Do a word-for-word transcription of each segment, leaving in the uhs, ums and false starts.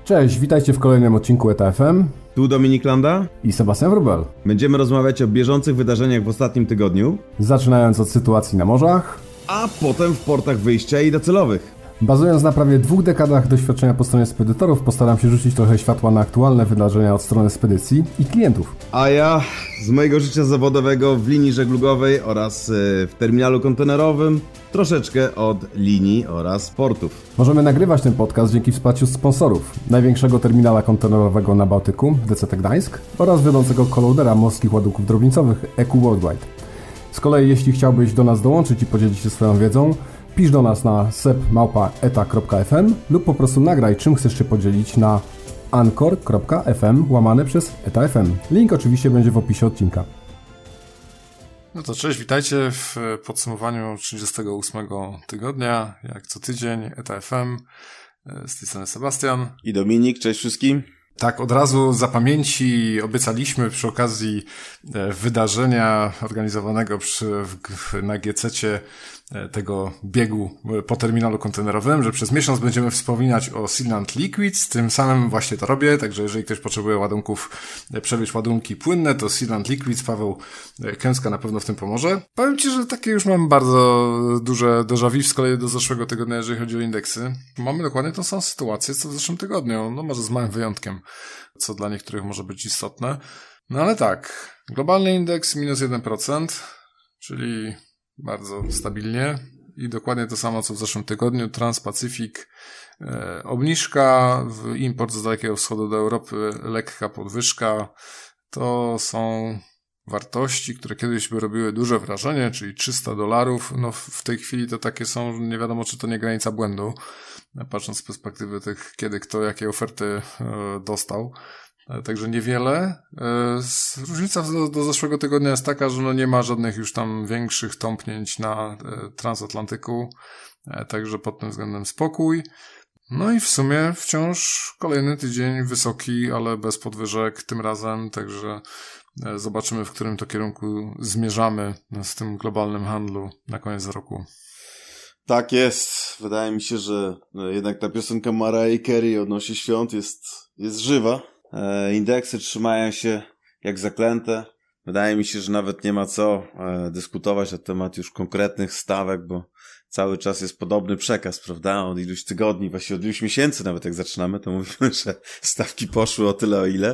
Cześć, witajcie w kolejnym odcinku E T A F M. Tu Dominik Landa i Sebastian Wróbel. Będziemy rozmawiać o bieżących wydarzeniach w ostatnim tygodniu, zaczynając od sytuacji na morzach, a potem w portach wyjścia i docelowych. Bazując na prawie dwóch dekadach doświadczenia po stronie spedytorów, postaram się rzucić trochę światła na aktualne wydarzenia od strony spedycji i klientów. A ja z mojego życia zawodowego w linii żeglugowej oraz w terminalu kontenerowym troszeczkę od linii oraz portów. Możemy nagrywać ten podcast dzięki wsparciu sponsorów największego terminala kontenerowego na Bałtyku, D C T Gdańsk, oraz wiodącego kolodera morskich ładunków drobnicowych E Q Worldwide. Z kolei jeśli chciałbyś do nas dołączyć i podzielić się swoją wiedzą, pisz do nas na sep małpa eta kropka ef em lub po prostu nagraj, czym chcesz się podzielić na anchor kropka ef em łamane przez E T A F M. Link oczywiście będzie w opisie odcinka. No to cześć, witajcie w podsumowaniu trzydziestego ósmego tygodnia, jak co tydzień, E T A F M, z tej strony Sebastian. I Dominik, cześć wszystkim. Tak, od razu za pamięci obiecaliśmy przy okazji wydarzenia organizowanego przy, w, na G C cie tego biegu po terminalu kontenerowym, że przez miesiąc będziemy wspominać o Sealand Liquids, tym samym właśnie to robię, także jeżeli ktoś potrzebuje ładunków, przewieźć ładunki płynne, to Sealand Liquids, Paweł Kęska na pewno w tym pomoże. Powiem Ci, że takie już mam bardzo duże déjà vu z kolei do zeszłego tygodnia, jeżeli chodzi o indeksy. Mamy dokładnie tą samą sytuację, co w zeszłym tygodniu, no może z małym wyjątkiem, co dla niektórych może być istotne. No ale tak, globalny indeks minus jeden procent, czyli bardzo stabilnie i dokładnie to samo, co w zeszłym tygodniu. Trans-Pacyfik, e, obniżka, w import z Dalekiego Wschodu do Europy, lekka podwyżka. To są wartości, które kiedyś by robiły duże wrażenie, czyli trzysta dolarów. No w tej chwili to takie są, nie wiadomo, czy to nie granica błędu, patrząc z perspektywy tych, kiedy kto jakie oferty e, dostał. Także niewiele. Różnica do, do zeszłego tygodnia jest taka, że no nie ma żadnych już tam większych tąpnięć na transatlantyku, także pod tym względem spokój. No i w sumie wciąż kolejny tydzień wysoki, ale bez podwyżek tym razem, także zobaczymy, w którym to kierunku zmierzamy z tym globalnym handlu na koniec roku. Tak jest. Wydaje mi się, że jednak ta piosenka Mariah Carey odnośnie świąt jest, jest żywa. Indeksy trzymają się jak zaklęte. Wydaje mi się, że nawet nie ma co e, dyskutować na temat już konkretnych stawek, bo cały czas jest podobny przekaz, prawda? Od iluś tygodni, właściwie od iluś miesięcy nawet jak zaczynamy, to mówimy, że stawki poszły o tyle, o ile.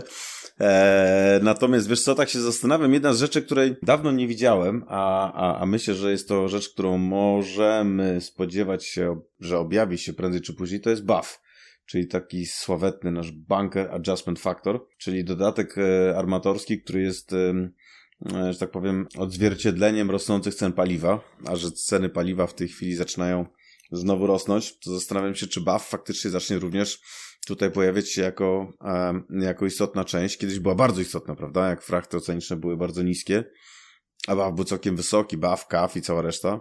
E, natomiast wiesz co, tak się zastanawiam, jedna z rzeczy, której dawno nie widziałem, a, a, a myślę, że jest to rzecz, którą możemy spodziewać się, że objawi się prędzej czy później, to jest B A F. Czyli taki sławetny nasz Bunker Adjustment Factor, czyli dodatek e, armatorski, który jest, e, że tak powiem, odzwierciedleniem rosnących cen paliwa, a że ceny paliwa w tej chwili zaczynają znowu rosnąć, to zastanawiam się, czy B A F faktycznie zacznie również tutaj pojawiać się jako, e, jako istotna część. Kiedyś była bardzo istotna, prawda, jak frachty oceaniczne były bardzo niskie, a B A F był całkiem wysoki, B A F, K A F i cała reszta.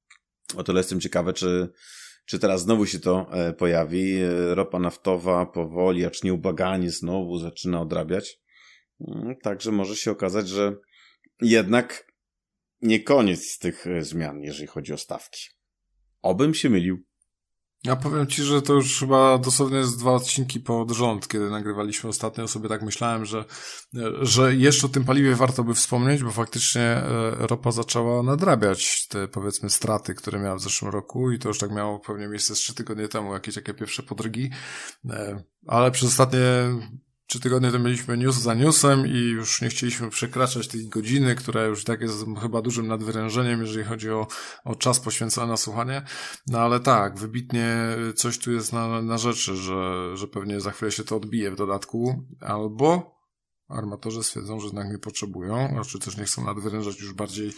O tyle jestem ciekawy, czy Czy teraz znowu się to e, pojawi? E, ropa naftowa powoli, acz nieubłaganie znowu zaczyna odrabiać. E, także może się okazać, że jednak nie koniec tych e, zmian, jeżeli chodzi o stawki. Obym się mylił. Ja powiem Ci, że to już chyba dosłownie jest dwa odcinki pod rząd, kiedy nagrywaliśmy ostatnio. Sobie tak myślałem, że, że jeszcze o tym paliwie warto by wspomnieć, bo faktycznie ropa zaczęła nadrabiać te, powiedzmy, straty, które miała w zeszłym roku i to już tak miało pewnie miejsce z trzy tygodnie temu, jakieś takie pierwsze podrygi. Ale przez ostatnie trzy tygodnie to mieliśmy news za newsem i już nie chcieliśmy przekraczać tej godziny, która już tak jest chyba dużym nadwyrężeniem, jeżeli chodzi o, o czas poświęcony na słuchanie. No ale tak, wybitnie coś tu jest na, na rzeczy, że, że pewnie za chwilę się to odbije w dodatku, albo armatorzy stwierdzą, że jednak nie potrzebują, a czy też nie chcą nadwyrężać już bardziej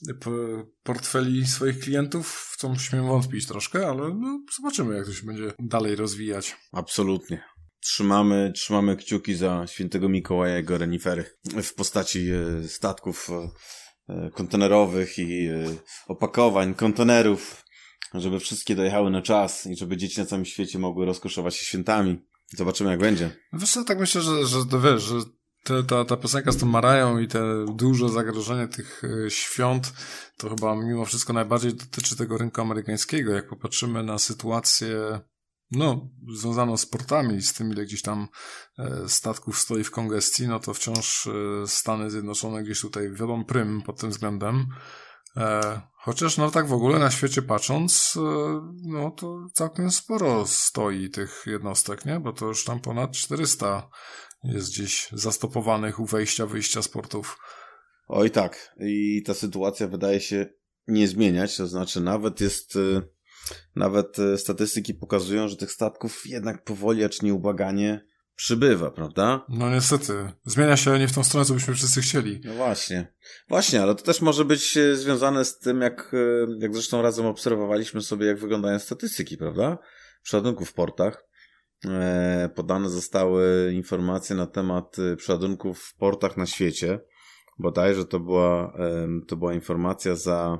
portfeli swoich klientów, w co śmiem wątpić troszkę, ale no, zobaczymy, jak to się będzie dalej rozwijać. Absolutnie. Trzymamy, trzymamy kciuki za świętego Mikołaja i jego renifery w postaci e, statków e, kontenerowych i e, opakowań, kontenerów, żeby wszystkie dojechały na czas i żeby dzieci na całym świecie mogły rozkoszować się świętami. Zobaczymy, jak będzie. Wiesz co, tak myślę, że, że to wiesz, że te, ta, ta piosenka z tą Marają i te duże zagrożenie tych y, świąt, to chyba mimo wszystko najbardziej dotyczy tego rynku amerykańskiego. Jak popatrzymy na sytuację No, związano z portami, z tym, ile gdzieś tam statków stoi w kongestii, no to wciąż Stany Zjednoczone gdzieś tutaj wiodą prym pod tym względem. Chociaż no tak w ogóle na świecie patrząc, no to całkiem sporo stoi tych jednostek, nie? Bo to już tam ponad czterysta jest gdzieś zastopowanych u wejścia, wyjścia z portów. Oj tak, i ta sytuacja wydaje się nie zmieniać, to znaczy nawet jest, nawet statystyki pokazują, że tych statków jednak powoli, acz nieubłaganie przybywa, prawda? No niestety. Zmienia się nie w tą stronę, co byśmy wszyscy chcieli. No właśnie. Właśnie, ale to też może być związane z tym, jak, jak zresztą razem obserwowaliśmy sobie, jak wyglądają statystyki, prawda? Przeładunków w portach. E, podane zostały informacje na temat przeładunków w portach na świecie. Bodajże to była, e, to była informacja za,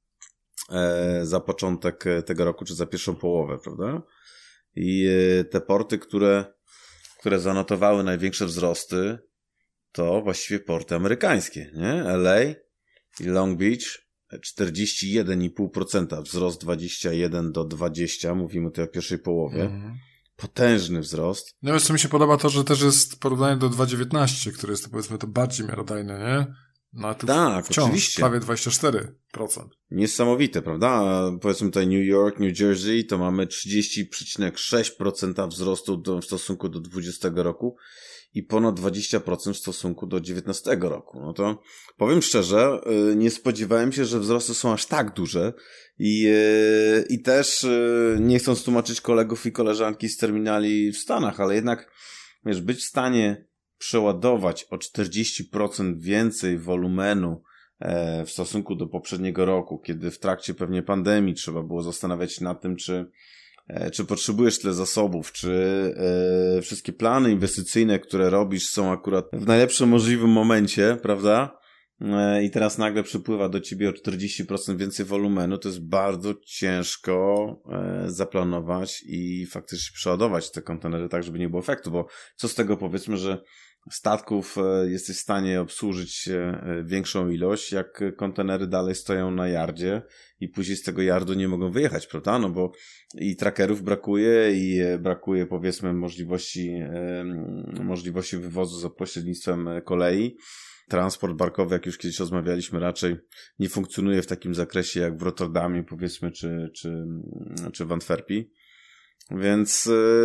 e, za początek tego roku, czy za pierwszą połowę, prawda? I e, te porty, które które zanotowały największe wzrosty, to właściwie porty amerykańskie, nie? L A i Long Beach czterdzieści jeden i pół procent, wzrost dwadzieścia jeden do dwudziestu, mówimy tutaj o pierwszej połowie. Mm. Potężny wzrost. No wiesz, co mi się podoba to, że też jest porównanie do dwa dziewiętnaście, które jest to powiedzmy to bardziej miarodajne, nie? No a tu tak, wciąż oczywiście. Prawie dwadzieścia cztery procent. Niesamowite, prawda? A powiedzmy tutaj New York, New Jersey, to mamy trzydzieści przecinek sześć procent wzrostu do, w stosunku do dwudziestego roku i ponad dwadzieścia procent w stosunku do dziewiętnastego roku. No to powiem szczerze, nie spodziewałem się, że wzrosty są aż tak duże i, i też nie chcąc tłumaczyć kolegów i koleżanki z terminali w Stanach, ale jednak, wiesz, być w stanie przeładować o czterdzieści procent więcej wolumenu w stosunku do poprzedniego roku, kiedy w trakcie pewnie pandemii trzeba było zastanawiać się nad tym, czy, czy potrzebujesz tyle zasobów, czy e, wszystkie plany inwestycyjne, które robisz, są akurat w najlepszym możliwym momencie, prawda? E, I teraz nagle przypływa do ciebie o czterdzieści procent więcej wolumenu, to jest bardzo ciężko e, zaplanować i faktycznie przeładować te kontenery tak, żeby nie było efektu, bo co z tego, powiedzmy, że statków jesteś w stanie obsłużyć większą ilość, jak kontenery dalej stoją na yardzie i później z tego yardu nie mogą wyjechać, prawda? No bo i trackerów brakuje i brakuje, powiedzmy, możliwości, możliwości wywozu za pośrednictwem kolei. Transport barkowy, jak już kiedyś rozmawialiśmy, raczej nie funkcjonuje w takim zakresie jak w Rotterdamie, powiedzmy, czy, czy, czy w Antwerpii. Więc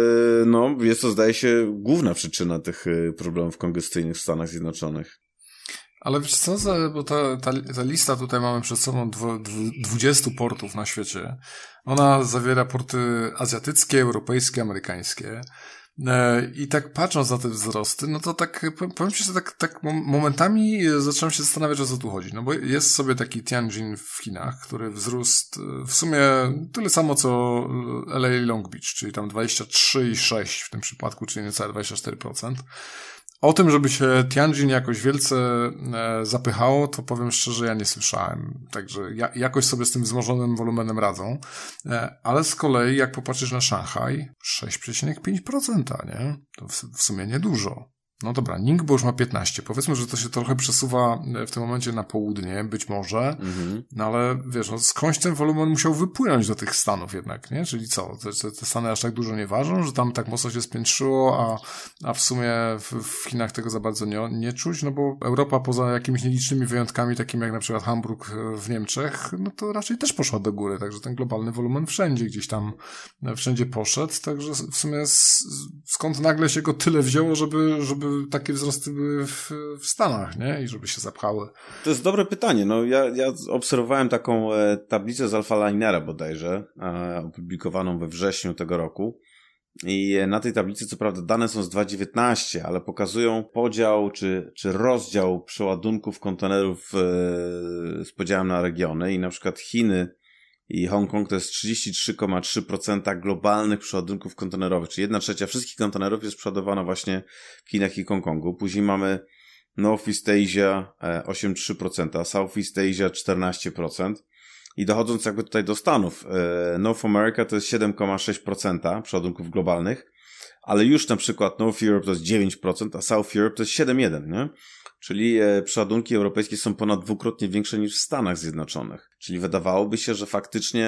no, jest to, zdaje się, główna przyczyna tych problemów kongestyjnych w Stanach Zjednoczonych. Ale wiesz co, bo ta, ta, ta lista, tutaj mamy przed sobą dwudziestu portów na świecie. Ona zawiera porty azjatyckie, europejskie, amerykańskie. I tak patrząc na te wzrosty, no to tak, powiem ci, że tak, tak momentami zacząłem się zastanawiać, o co tu chodzi. No bo jest sobie taki Tianjin w Chinach, który wzrósł w sumie tyle samo co L A i Long Beach, czyli tam dwadzieścia trzy i sześć w tym przypadku, czyli niecałe dwadzieścia cztery procent. O tym, żeby się Tianjin jakoś wielce e, zapychało, to powiem szczerze, ja nie słyszałem. Także ja, jakoś sobie z tym wzmożonym wolumenem radzą. E, ale z kolei, jak popatrzysz na Szanghaj, sześć przecinek pięć procent, nie? To w, w sumie niedużo. No dobra, Ningbo już ma piętnaście. Powiedzmy, że to się trochę przesuwa w tym momencie na południe, być może, mm-hmm. no ale wiesz, no skądś ten wolumen musiał wypłynąć do tych Stanów jednak, nie? Czyli co? Te, te Stany aż tak dużo nie ważą, że tam tak mocno się spiętrzyło, a, a w sumie w, w Chinach tego za bardzo nie, nie czuć, no bo Europa poza jakimiś nielicznymi wyjątkami, takimi jak na przykład Hamburg w Niemczech, no to raczej też poszła do góry, także ten globalny wolumen wszędzie gdzieś tam, wszędzie poszedł, także w sumie skąd nagle się go tyle wzięło, żeby, żeby takie wzrosty były w, w Stanach, nie? I żeby się zapchały. To jest dobre pytanie. No ja, ja obserwowałem taką e, tablicę z Alphalinera bodajże, e, opublikowaną we wrześniu tego roku. I na tej tablicy, co prawda, dane są z dwa tysiące dziewiętnastego, ale pokazują podział czy, czy rozdział przeładunków kontenerów e, z podziałem na regiony. I na przykład Chiny i Hongkong to jest trzydzieści trzy przecinek trzy procent globalnych przeładunków kontenerowych, czyli jedna trzecia wszystkich kontenerów jest przeładowana właśnie w Chinach i Hongkongu. Później mamy Northeast Asia osiem przecinek trzy procent, Southeast Asia czternaście procent i dochodząc jakby tutaj do Stanów, North America to jest siedem przecinek sześć procent przeładunków globalnych, ale już na przykład North Europe to jest dziewięć procent, a South Europe to jest siedem przecinek jeden procent, nie? Czyli przeładunki europejskie są ponad dwukrotnie większe niż w Stanach Zjednoczonych. Czyli wydawałoby się, że faktycznie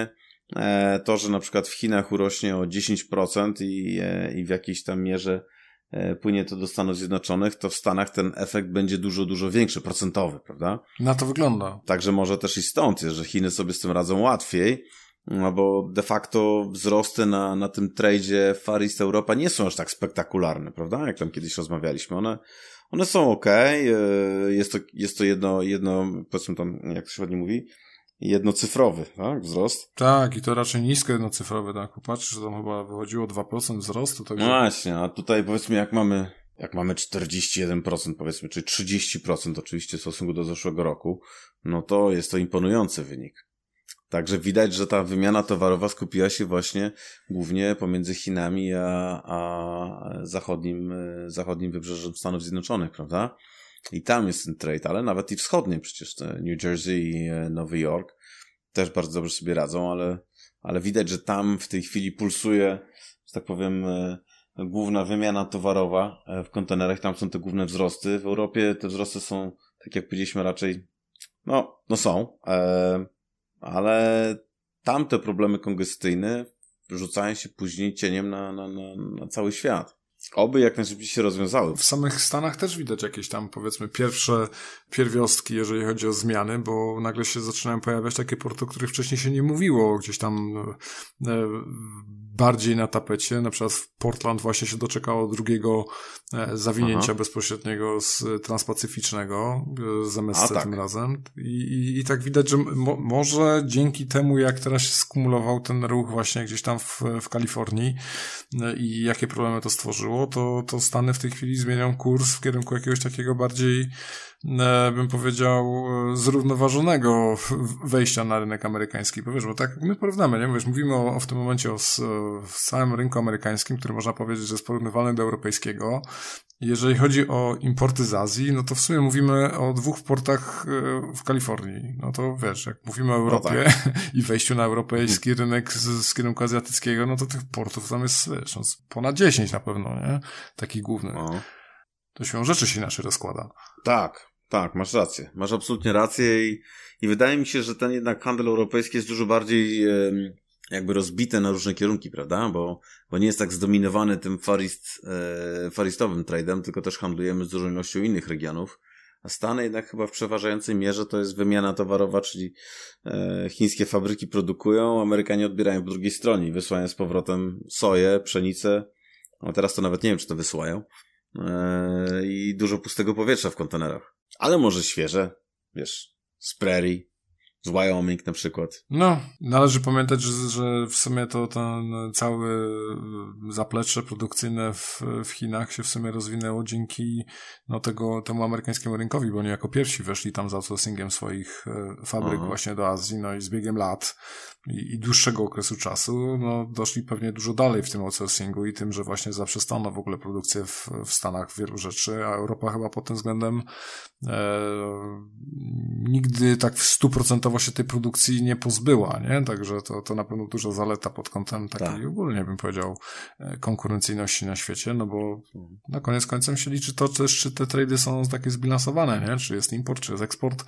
to, że na przykład w Chinach urośnie o dziesięć procent i, i w jakiejś tam mierze płynie to do Stanów Zjednoczonych, to w Stanach ten efekt będzie dużo, dużo większy, procentowy, prawda? Na to wygląda. Także może też i stąd jest, że Chiny sobie z tym radzą łatwiej, no bo de facto wzrosty na, na tym tradzie Far East Europa nie są aż tak spektakularne, prawda? Jak tam kiedyś rozmawialiśmy. One, one są okej, okay. jest to, jest to jedno, jedno, powiedzmy tam, jak to się ładnie mówi, jednocyfrowy, tak? Wzrost. Tak, i to raczej nisko jednocyfrowy, tak? Popatrz, że tam chyba wychodziło dwa procent wzrostu. Także... No właśnie, a tutaj powiedzmy jak mamy, jak mamy czterdzieści jeden procent powiedzmy, czy trzydzieści procent oczywiście w stosunku do zeszłego roku, no to jest to imponujący wynik. Także widać, że ta wymiana towarowa skupiła się właśnie głównie pomiędzy Chinami a, a zachodnim, zachodnim wybrzeżem Stanów Zjednoczonych, prawda? I tam jest ten trade, ale nawet i wschodnim przecież, New Jersey i Nowy Jork też bardzo dobrze sobie radzą, ale, ale widać, że tam w tej chwili pulsuje, że tak powiem, główna wymiana towarowa w kontenerach, tam są te główne wzrosty. W Europie te wzrosty są, tak jak powiedzieliśmy, raczej, no, no są, e, ale tamte problemy kongestyjne rzucają się później cieniem na, na, na, na cały świat. Oby jak najszybciej się rozwiązały. W samych Stanach też widać jakieś tam, powiedzmy, pierwsze pierwiostki, jeżeli chodzi o zmiany, bo nagle się zaczynają pojawiać takie porty, o których wcześniej się nie mówiło, gdzieś tam e, bardziej na tapecie. Na przykład w Portland właśnie się doczekało drugiego e, zawinięcia Aha. bezpośredniego z transpacyficznego e, z M S C tak. tym razem. I, i, i tak widać, że mo, może dzięki temu, jak teraz się skumulował ten ruch właśnie gdzieś tam w, w Kalifornii e, i jakie problemy to stworzyło, to, to Stany w tej chwili zmienią kurs w kierunku jakiegoś takiego bardziej, e, bym powiedział, zrównoważonego wejścia na rynek amerykański. Bo wiesz, bo tak my porównamy, nie? Wiesz, mówimy o, o w tym momencie o, o całym rynku amerykańskim, który można powiedzieć, że jest porównywalny do europejskiego. Jeżeli chodzi o importy z Azji, no to w sumie mówimy o dwóch portach w Kalifornii. No to wiesz, jak mówimy o Europie no tak. i wejściu na europejski rynek z, z kierunku azjatyckiego, no to tych portów tam jest, wiesz, no ponad dziesięć na pewno, nie? Takich głównych. No. To się rzeczy się inaczej rozkłada. Tak, tak, masz rację. Masz absolutnie rację i, i wydaje mi się, że ten jednak handel europejski jest dużo bardziej e, jakby rozbity na różne kierunki, prawda? Bo, bo nie jest tak zdominowany tym Far East, e, Far Eastowym tradem, tylko też handlujemy z dużą ilością innych regionów. A Stany jednak chyba w przeważającej mierze to jest wymiana towarowa, czyli e, chińskie fabryki produkują, Amerykanie odbierają po drugiej stronie i wysyłają z powrotem soję, pszenicę, a teraz to nawet nie wiem, czy to wysyłają. I dużo pustego powietrza w kontenerach. Ale może świeże, wiesz, z prairie, z Wyoming na przykład. No, należy pamiętać, że, że w sumie to ten całe zaplecze produkcyjne w, w Chinach się w sumie rozwinęło dzięki no, tego, temu amerykańskiemu rynkowi, bo oni jako pierwsi weszli tam z outsourcingiem swoich fabryk Aha. właśnie do Azji, no i z biegiem lat i, i dłuższego okresu czasu, no doszli pewnie dużo dalej w tym outsourcingu i tym, że właśnie zaprzestano w ogóle produkcję w, w Stanach wielu rzeczy, a Europa chyba pod tym względem e, nigdy tak w stu procentowo się tej produkcji nie pozbyła, nie? Także to, to na pewno duża zaleta pod kątem takiej tak. ogólnie bym powiedział konkurencyjności na świecie, no bo na koniec końcem się liczy to też, czy te trady są takie zbilansowane, nie? Czy jest import, czy jest eksport.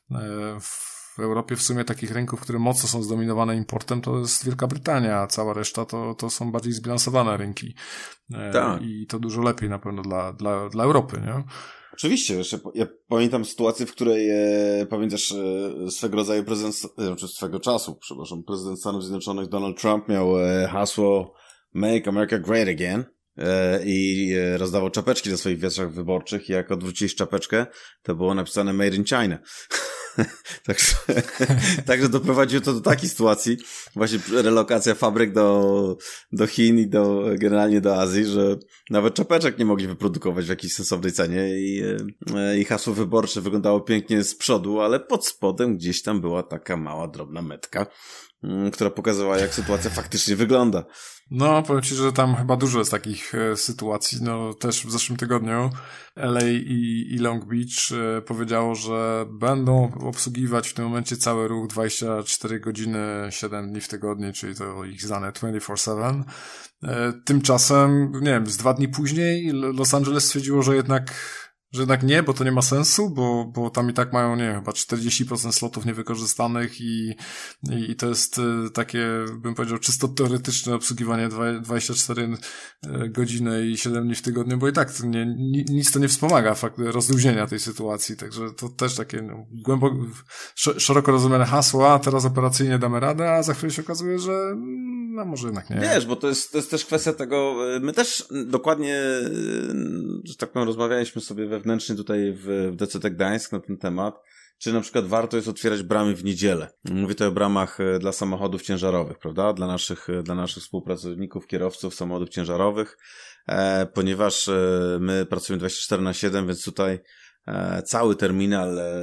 W Europie w sumie takich rynków, które mocno są zdominowane importem, to jest Wielka Brytania, a cała reszta to, to są bardziej zbilansowane rynki. Tak. I to dużo lepiej na pewno dla, dla, dla Europy, nie? Oczywiście, wiesz, ja pamiętam sytuację, w której e, pamiętasz e, swego rodzaju prezydent, znaczy swego czasu, przepraszam, prezydent Stanów Zjednoczonych Donald Trump miał e, hasło Make America Great Again e, i e, rozdawał czapeczki na swoich wiatrach wyborczych i jak odwróciłeś czapeczkę, to było napisane Made in China. Także, także doprowadziło to do takiej sytuacji, właśnie relokacja fabryk do, do Chin i do, generalnie do Azji, że nawet czapeczek nie mogli wyprodukować w jakiejś sensownej cenie i, i hasło wyborcze wyglądało pięknie z przodu, ale pod spodem gdzieś tam była taka mała, drobna metka, która pokazywała, jak sytuacja faktycznie wygląda. No, powiem ci, że tam chyba dużo jest takich e, sytuacji. No, też w zeszłym tygodniu L A i, i Long Beach e, powiedziało, że będą obsługiwać w tym momencie cały ruch dwadzieścia cztery godziny, siedem dni w tygodniu, czyli to ich znane dwadzieścia cztery siedem. E, tymczasem, nie wiem, z dwa dni później Los Angeles stwierdziło, że jednak że jednak nie, bo to nie ma sensu, bo, bo tam i tak mają, nie wiem, chyba czterdzieści procent slotów niewykorzystanych i, i, i to jest takie, bym powiedział, czysto teoretyczne obsługiwanie dwadzieścia cztery godziny i siedem dni w tygodniu, bo i tak to nie, nic to nie wspomaga fakt rozluźnienia tej sytuacji, także to też takie no, głęboko, szeroko rozumiane hasło, a teraz operacyjnie damy radę, a za chwilę się okazuje, że no może jednak nie. Wiesz, bo to jest, to jest też kwestia tego, my też dokładnie, że tak powiem, rozmawialiśmy sobie wewnętrznie tutaj w, w D C T Gdańsk na ten temat, czy na przykład warto jest otwierać bramy w niedzielę. Mówię tutaj o bramach dla samochodów ciężarowych, prawda? Dla naszych, dla naszych współpracowników, kierowców samochodów ciężarowych, e, ponieważ e, my pracujemy dwadzieścia cztery na siedem, więc tutaj e, cały terminal e,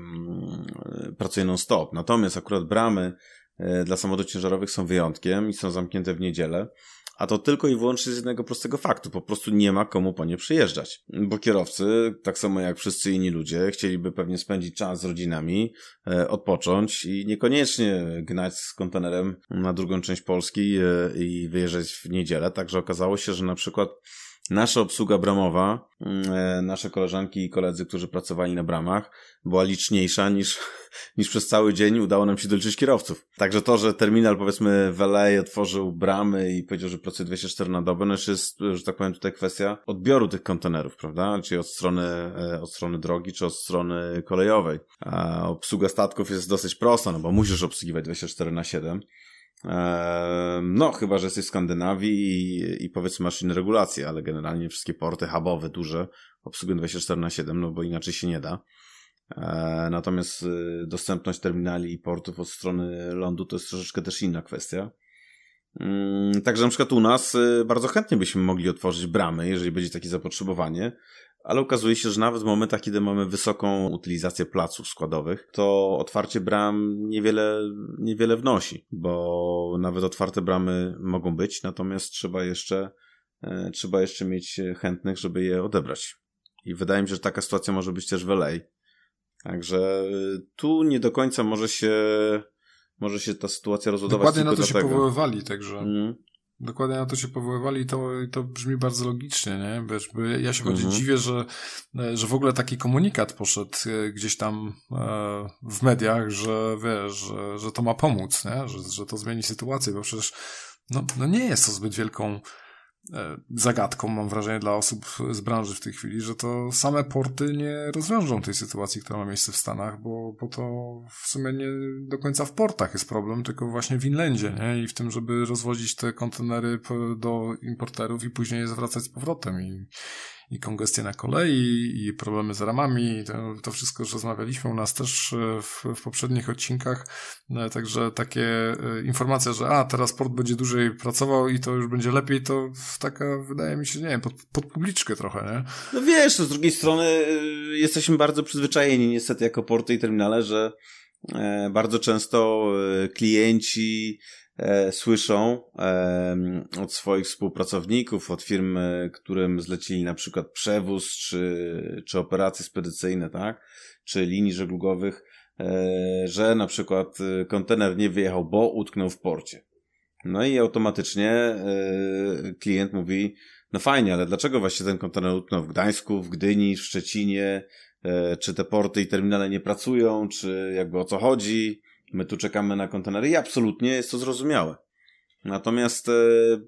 e, pracuje non-stop. Natomiast akurat bramy e, dla samochodów ciężarowych są wyjątkiem i są zamknięte w niedzielę. A to tylko i wyłącznie z jednego prostego faktu. Po prostu nie ma komu po nie przyjeżdżać. Bo kierowcy, tak samo jak wszyscy inni ludzie, chcieliby pewnie spędzić czas z rodzinami, e, odpocząć i niekoniecznie gnać z kontenerem na drugą część Polski e, i wyjeżdżać w niedzielę. Także okazało się, że na przykład nasza obsługa bramowa, e, nasze koleżanki i koledzy, którzy pracowali na bramach, była liczniejsza niż, niż przez cały dzień udało nam się doliczyć kierowców. Także to, że terminal powiedzmy w L A otworzył bramy i powiedział, że pracuje dwadzieścia cztery na dobę, no jeszcze jest, że tak powiem, tutaj kwestia odbioru tych kontenerów, prawda? Czyli od strony, e, od strony drogi, czy od strony kolejowej. A obsługa statków jest dosyć prosta, no bo musisz obsługiwać dwadzieścia cztery na siedem. No, chyba że jesteś w Skandynawii i, i powiedzmy masz inne regulacje, ale generalnie wszystkie porty hubowe, duże obsługują dwadzieścia cztery na siedem, no bo inaczej się nie da. Natomiast dostępność terminali i portów od strony lądu to jest troszeczkę też inna kwestia. Także na przykład u nas bardzo chętnie byśmy mogli otworzyć bramy, jeżeli będzie takie zapotrzebowanie, ale okazuje się, że nawet w momentach, kiedy mamy wysoką utylizację placów składowych, to otwarcie bram niewiele, niewiele wnosi, bo nawet otwarte bramy mogą być, natomiast trzeba jeszcze, e, trzeba jeszcze mieć chętnych, żeby je odebrać. I wydaje mi się, że taka sytuacja może być też w L A. Także tu nie do końca może się, może się ta sytuacja rozładować. Dokładnie na to dlatego. się powoływali, także... Mm. Dokładnie na to się powoływali i to, i to brzmi bardzo logicznie, nie? Wiesz, bo ja się bardziej Mhm. dziwię, że, że w ogóle taki komunikat poszedł gdzieś tam e, w mediach, że wiesz, że, że to ma pomóc, nie? Że, że to zmieni sytuację, bo przecież no, no nie jest to zbyt wielką e, zagadką, mam wrażenie, dla osób z branży w tej chwili, że to same porty nie rozwiążą tej sytuacji, która ma miejsce w Stanach, bo, bo to w sumie nie do końca w portach jest problem, tylko właśnie w inlandzie, nie? I w tym, żeby rozwozić te kontenery do importerów i później je zwracać z powrotem i, i kongestie na kolei, i problemy z ramami, to, to wszystko już rozmawialiśmy u nas też w, w poprzednich odcinkach, także takie informacja, że a, teraz port będzie dłużej pracował i to już będzie lepiej, to taka, wydaje mi się, nie wiem, pod, pod publiczkę trochę, nie? No wiesz, to z drugiej strony y, jesteśmy bardzo przyzwyczajeni niestety jako porty i terminale, że e, bardzo często e, klienci e, słyszą e, od swoich współpracowników, od firm, e, którym zlecili na przykład przewóz czy, czy operacje spedycyjne, tak? Czy linii żeglugowych, e, że na przykład e, kontener nie wyjechał, bo utknął w porcie. No i automatycznie e, klient mówi, no fajnie, ale dlaczego właśnie ten kontener utknął w Gdańsku, w Gdyni, w Szczecinie, e, czy te porty i terminale nie pracują, czy jakby o co chodzi, my tu czekamy na kontenery i absolutnie jest to zrozumiałe. Natomiast e,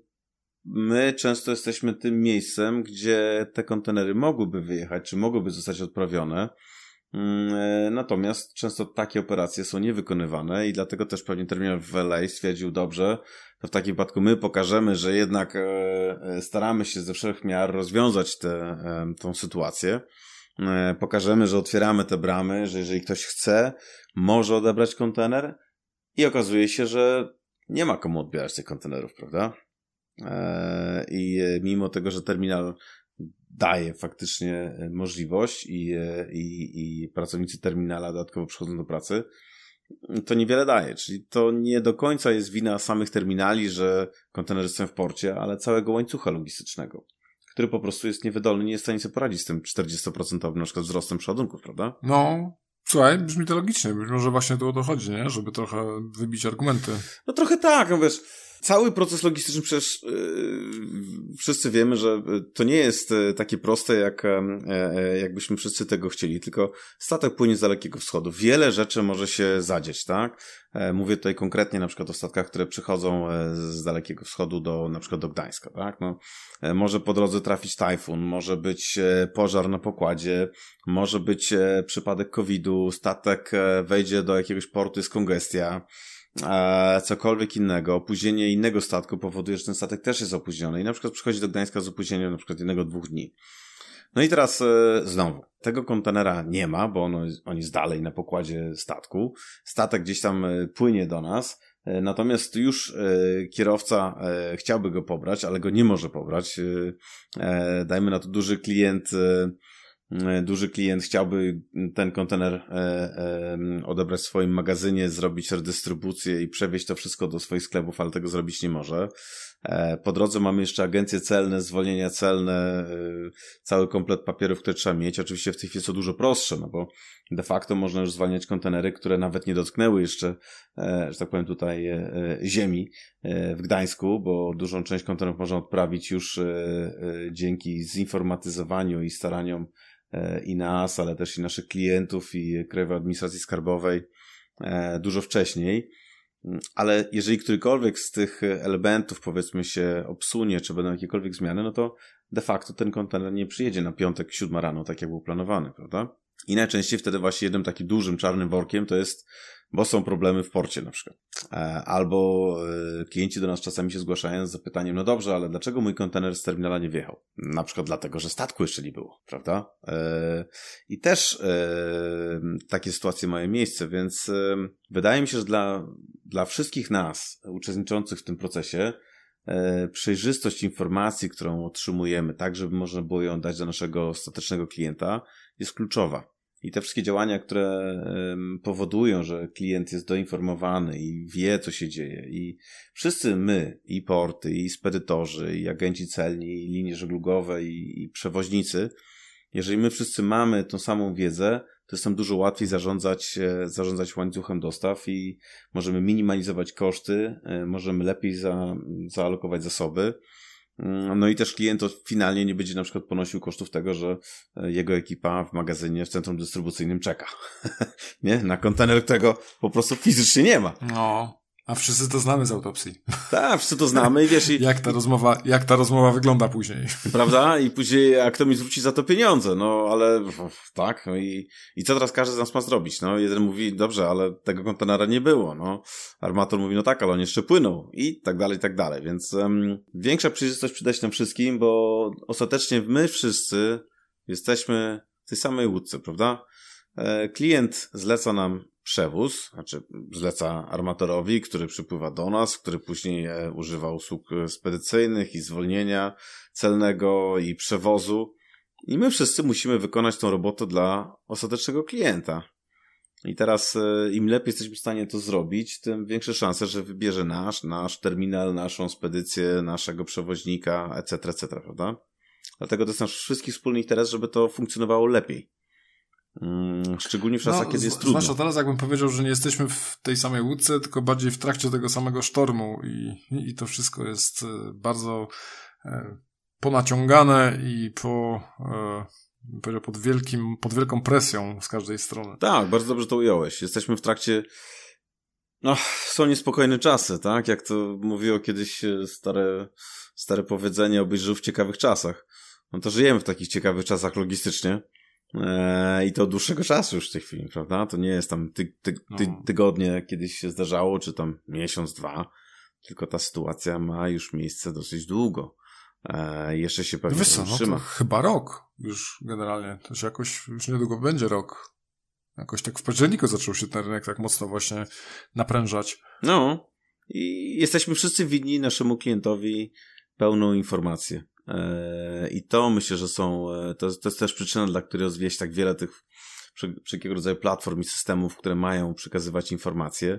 my często jesteśmy tym miejscem, gdzie te kontenery mogłyby wyjechać, czy mogłyby zostać odprawione, e, natomiast często takie operacje są niewykonywane i dlatego też pewnie terminal w L A stwierdził, dobrze, to w takim wypadku my pokażemy, że jednak e, staramy się ze wszech miar rozwiązać tę e, tą sytuację. E, pokażemy, że otwieramy te bramy, że jeżeli ktoś chce, może odebrać kontener i okazuje się, że nie ma komu odbierać tych kontenerów, prawda? E, I mimo tego, że terminal daje faktycznie możliwość i, i, i pracownicy terminala dodatkowo przychodzą do pracy, to niewiele daje, czyli to nie do końca jest wina samych terminali, że kontenery są w porcie, ale całego łańcucha logistycznego, który po prostu jest niewydolny, nie jest w stanie sobie poradzić z tym czterdziestoprocentowym na przykład wzrostem przeładunków, prawda? No, słuchaj, brzmi to logicznie, być może właśnie tu o to chodzi, nie? Żeby trochę wybić argumenty. No trochę tak, no wiesz, cały proces logistyczny przecież yy, wszyscy wiemy, że to nie jest takie proste, jak jakbyśmy wszyscy tego chcieli, tylko statek płynie z Dalekiego Wschodu. Wiele rzeczy może się zadzieć, tak? Mówię tutaj konkretnie na przykład o statkach, które przychodzą z Dalekiego Wschodu do, na przykład do Gdańska, tak? No, może po drodze trafić tajfun, może być pożar na pokładzie, może być przypadek kowida, statek wejdzie do jakiegoś portu, jest kongestia, cokolwiek innego, opóźnienie innego statku powoduje, że ten statek też jest opóźniony i na przykład przychodzi do Gdańska z opóźnieniem na przykład jednego, dwóch dni. No i teraz e, znowu, tego kontenera nie ma, bo ono, on jest dalej na pokładzie statku. Statek gdzieś tam e, płynie do nas, e, natomiast już e, kierowca e, chciałby go pobrać, ale go nie może pobrać. E, e, dajmy na to duży klient, e, duży klient chciałby ten kontener e, e, odebrać w swoim magazynie, zrobić redystrybucję i przewieźć to wszystko do swoich sklepów, ale tego zrobić nie może. E, po drodze mamy jeszcze agencje celne, zwolnienia celne, e, cały komplet papierów, które trzeba mieć. Oczywiście w tej chwili jest to dużo prostsze, no bo de facto można już zwalniać kontenery, które nawet nie dotknęły jeszcze, e, że tak powiem tutaj, e, ziemi e, w Gdańsku, bo dużą część kontenerów można odprawić już e, e, dzięki zinformatyzowaniu i staraniom i nas, ale też i naszych klientów i Krajowej Administracji Skarbowej e, dużo wcześniej. Ale jeżeli którykolwiek z tych elementów, powiedzmy, się obsunie, czy będą jakiekolwiek zmiany, no to de facto ten kontener nie przyjedzie na piątek, siódma rano, tak jak był planowany, prawda? I najczęściej wtedy właśnie jednym takim dużym, czarnym workiem to jest, bo są problemy w porcie na przykład. Albo klienci do nas czasami się zgłaszają z zapytaniem, no dobrze, ale dlaczego mój kontener z terminala nie wjechał? Na przykład dlatego, że statku jeszcze nie było, prawda? I też takie sytuacje mają miejsce, więc wydaje mi się, że dla, dla wszystkich nas uczestniczących w tym procesie przejrzystość informacji, którą otrzymujemy, tak żeby można było ją dać do naszego ostatecznego klienta, jest kluczowa. I te wszystkie działania, które powodują, że klient jest doinformowany i wie, co się dzieje, i wszyscy my, i porty, i spedytorzy, i agenci celni, i linie żeglugowe, i, i przewoźnicy, jeżeli my wszyscy mamy tą samą wiedzę, to jest nam dużo łatwiej zarządzać, zarządzać łańcuchem dostaw i możemy minimalizować koszty, możemy lepiej za, zaalokować zasoby. No i też klient finalnie nie będzie na przykład ponosił kosztów tego, że jego ekipa w magazynie, w centrum dystrybucyjnym czeka. Nie? Na kontener, którego po prostu fizycznie nie ma. No, a wszyscy to znamy z autopsji. Tak, wszyscy to znamy i wiesz... I, jak ta rozmowa, jak ta rozmowa wygląda później. Prawda? I później, a kto mi zwróci za to pieniądze? No, ale tak, no i, i co teraz każdy z nas ma zrobić? No, jeden mówi, dobrze, ale tego kontenera nie było, no. Armator mówi, no tak, ale on jeszcze płynął i tak dalej, i tak dalej, więc um, większa przejrzystość przyda się nam wszystkim, bo ostatecznie my wszyscy jesteśmy w tej samej łódce, prawda? E, klient zleca nam przewóz, znaczy zleca armatorowi, który przypływa do nas, który później e, używa usług spedycyjnych i zwolnienia celnego i przewozu i my wszyscy musimy wykonać tą robotę dla ostatecznego klienta. I teraz e, im lepiej jesteśmy w stanie to zrobić, tym większe szanse, że wybierze nasz, nasz terminal, naszą spedycję, naszego przewoźnika, et cetera, et cetera, prawda? Dlatego to jest nasz wszystkich wspólny interes, żeby to funkcjonowało lepiej. Szczególnie w czasach, no, kiedy jest trudno. Zwłaszcza teraz, jakbym powiedział, że nie jesteśmy w tej samej łódce, tylko bardziej w trakcie tego samego sztormu i, i to wszystko jest bardzo e, ponaciągane i po, e, powiedział, pod wielkim, pod wielką presją z każdej strony. Tak, bardzo dobrze to ująłeś. Jesteśmy w trakcie, no, są niespokojne czasy, tak? Jak to mówiło kiedyś stare, stare powiedzenie, obyś żył w ciekawych czasach. No to żyjemy w takich ciekawych czasach logistycznie. I to od dłuższego czasu już w tej chwili, prawda? To nie jest tam ty, ty, ty, tygodnie kiedyś się zdarzało, czy tam miesiąc, dwa, tylko ta sytuacja ma już miejsce dosyć długo. E, jeszcze się pewnie Wiesz co, utrzyma. No to chyba rok już generalnie. To już jakoś, już niedługo będzie rok. Jakoś tak w październiku zaczął się ten rynek tak mocno właśnie naprężać. No i jesteśmy wszyscy winni naszemu klientowi pełną informację. I to myślę, że są, to, to jest też przyczyna, dla której rozwija się tak wiele tych wszelkiego rodzaju platform i systemów, które mają przekazywać informacje,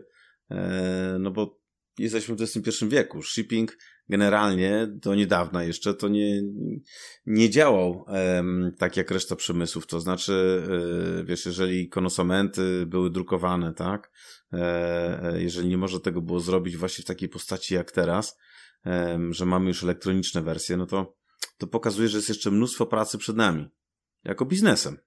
no bo jesteśmy w dwudziestym pierwszym wieku. Shipping generalnie do niedawna jeszcze to nie, nie działał tak jak reszta przemysłów, to znaczy, wiesz, jeżeli konosamenty były drukowane, tak, jeżeli nie można tego było zrobić właśnie w takiej postaci jak teraz, że mamy już elektroniczne wersje, no to, to pokazuje, że jest jeszcze mnóstwo pracy przed nami. Jako biznesem.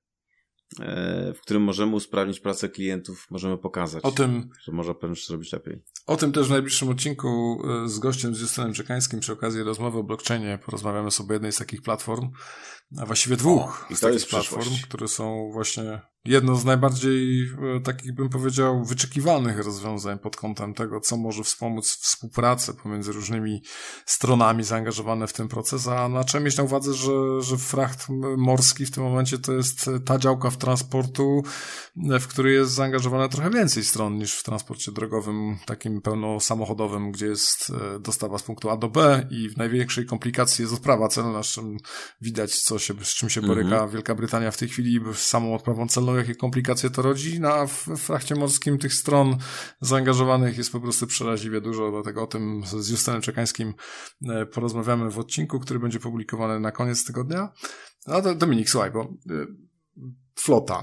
W którym możemy usprawnić pracę klientów, możemy pokazać, o tym, że można pewnie zrobić lepiej. O tym też w najbliższym odcinku z gościem, z Justynem Czekańskim przy okazji rozmowy o blockchainie porozmawiamy sobie o jednej z takich platform, a właściwie dwóch o, z takich platform, które są właśnie jedno z najbardziej takich, bym powiedział, wyczekiwanych rozwiązań pod kątem tego, co może wspomóc współpracę pomiędzy różnymi stronami zaangażowane w ten proces, a na czym mieć na uwadze, że, że fracht morski w tym momencie to jest ta działka w transportu, w której jest zaangażowane trochę więcej stron niż w transporcie drogowym, takim pełnosamochodowym, gdzie jest dostawa z punktu A do B i w największej komplikacji jest odprawa celna, z czym widać, co się, z czym się boryka mhm. Wielka Brytania w tej chwili z samą odprawą celną, jakie komplikacje to rodzi, no a w frachcie morskim tych stron zaangażowanych jest po prostu przeraźliwie dużo, dlatego o tym z Justynem Czekańskim porozmawiamy w odcinku, który będzie publikowany na koniec tygodnia. No to Dominik, słuchaj, bo flota.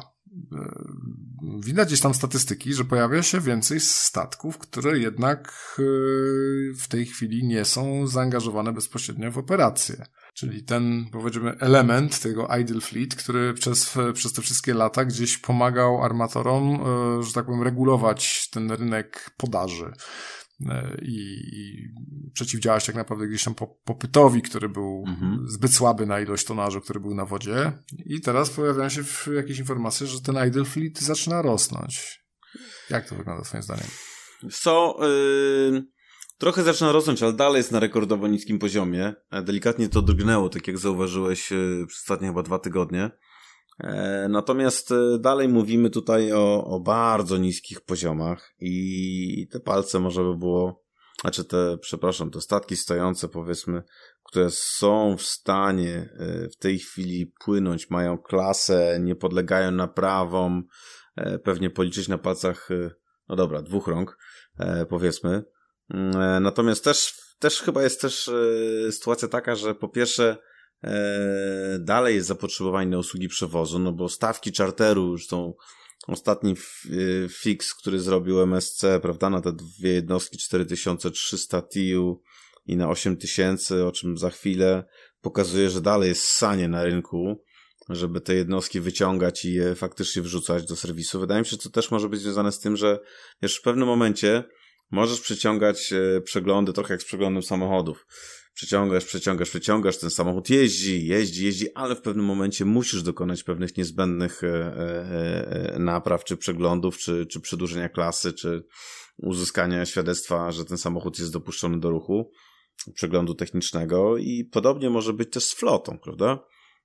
Widać gdzieś tam statystyki, że pojawia się więcej statków, które jednak w tej chwili nie są zaangażowane bezpośrednio w operacje. Czyli ten, powiedzmy, element tego idle fleet, który przez, przez te wszystkie lata gdzieś pomagał armatorom, że tak powiem, regulować ten rynek podaży i, i przeciwdziałać tak naprawdę gdzieś tam popytowi, który był mhm. zbyt słaby na ilość tonażu, który był na wodzie. I teraz pojawiają się jakieś informacje, że ten idle fleet zaczyna rosnąć. Jak to wygląda twoim zdaniem? Co... Yy... Trochę zaczyna rosnąć, ale dalej jest na rekordowo niskim poziomie. Delikatnie to drgnęło, tak jak zauważyłeś przez ostatnie chyba dwa tygodnie. Natomiast dalej mówimy tutaj o, o bardzo niskich poziomach i te palce może by było, znaczy te, przepraszam, te statki stojące, powiedzmy, które są w stanie w tej chwili płynąć, mają klasę, nie podlegają naprawom, pewnie policzyć na palcach, no dobra, dwóch rąk, powiedzmy. Natomiast też, też chyba jest też e, sytuacja taka, że po pierwsze e, dalej jest zapotrzebowanie na usługi przewozu, no bo stawki czarteru już są ostatni f, e, fix, który zrobił M S C, prawda, na te dwie jednostki cztery tysiące trzysta T I U i na osiem tysięcy, o czym za chwilę, pokazuje, że dalej jest ssanie na rynku, żeby te jednostki wyciągać i je faktycznie wrzucać do serwisu. Wydaje mi się, że to też może być związane z tym, że wiesz, w pewnym momencie możesz przeciągać przeglądy trochę jak z przeglądem samochodów. Przeciągasz, przeciągasz, przeciągasz, ten samochód jeździ, jeździ, jeździ, ale w pewnym momencie musisz dokonać pewnych niezbędnych napraw, czy przeglądów, czy, czy przedłużenia klasy, czy uzyskania świadectwa, że ten samochód jest dopuszczony do ruchu, przeglądu technicznego i podobnie może być też z flotą, prawda?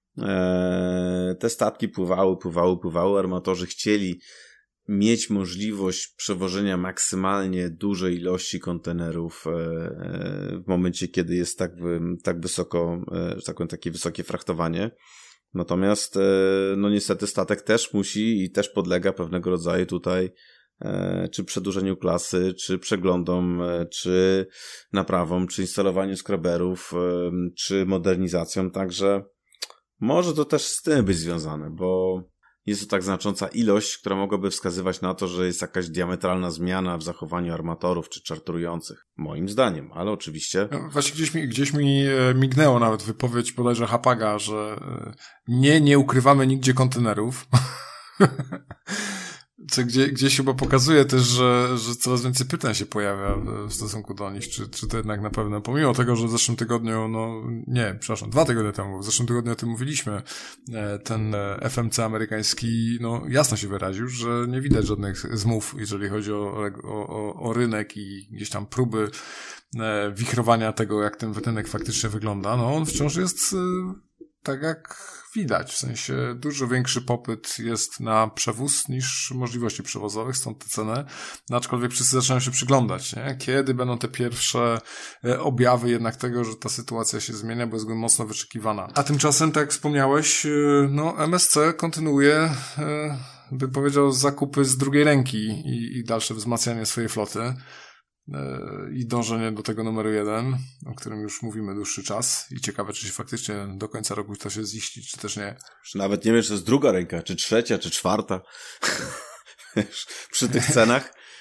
Te statki pływały, pływały, pływały, armatorzy chcieli mieć możliwość przewożenia maksymalnie dużej ilości kontenerów w momencie, kiedy jest tak, tak wysoko, że tak powiem, takie wysokie frachtowanie. Natomiast no niestety statek też musi i też podlega pewnego rodzaju tutaj czy przedłużeniu klasy, czy przeglądom, czy naprawom, czy instalowaniu skraberów, czy modernizacją, także może to też z tym być związane, bo jest to tak znacząca ilość, która mogłaby wskazywać na to, że jest jakaś diametralna zmiana w zachowaniu armatorów czy czarterujących. Moim zdaniem, ale oczywiście... No, właśnie gdzieś mi, gdzieś mi mignęło nawet wypowiedź bodajże Hapaga, że nie, nie ukrywamy nigdzie kontenerów. Co gdzie, gdzieś chyba pokazuje też, że, że coraz więcej pytań się pojawia w stosunku do nich, czy, czy to jednak na pewno, pomimo tego, że w zeszłym tygodniu, no nie, przepraszam, dwa tygodnie temu, w zeszłym tygodniu o tym mówiliśmy, ten F M C amerykański, no jasno się wyraził, że nie widać żadnych zmów, jeżeli chodzi o, o, o rynek i gdzieś tam próby wichrowania tego, jak ten rynek faktycznie wygląda, no on wciąż jest tak jak widać, w sensie dużo większy popyt jest na przewóz niż możliwości przewozowych, stąd te ceny, no, aczkolwiek wszyscy zaczynają się przyglądać, nie? Kiedy będą te pierwsze objawy jednak tego, że ta sytuacja się zmienia, bo jest mocno wyczekiwana. A tymczasem, tak jak wspomniałeś, no M S C kontynuuje, bym powiedział, zakupy z drugiej ręki i, i dalsze wzmacnianie swojej floty i dążenie do tego numeru jeden, o którym już mówimy dłuższy czas i ciekawe, czy się faktycznie do końca roku to się ziści, czy też nie. Nawet nie wiem, czy to jest druga ręka, czy trzecia, czy czwarta. Przy tych cenach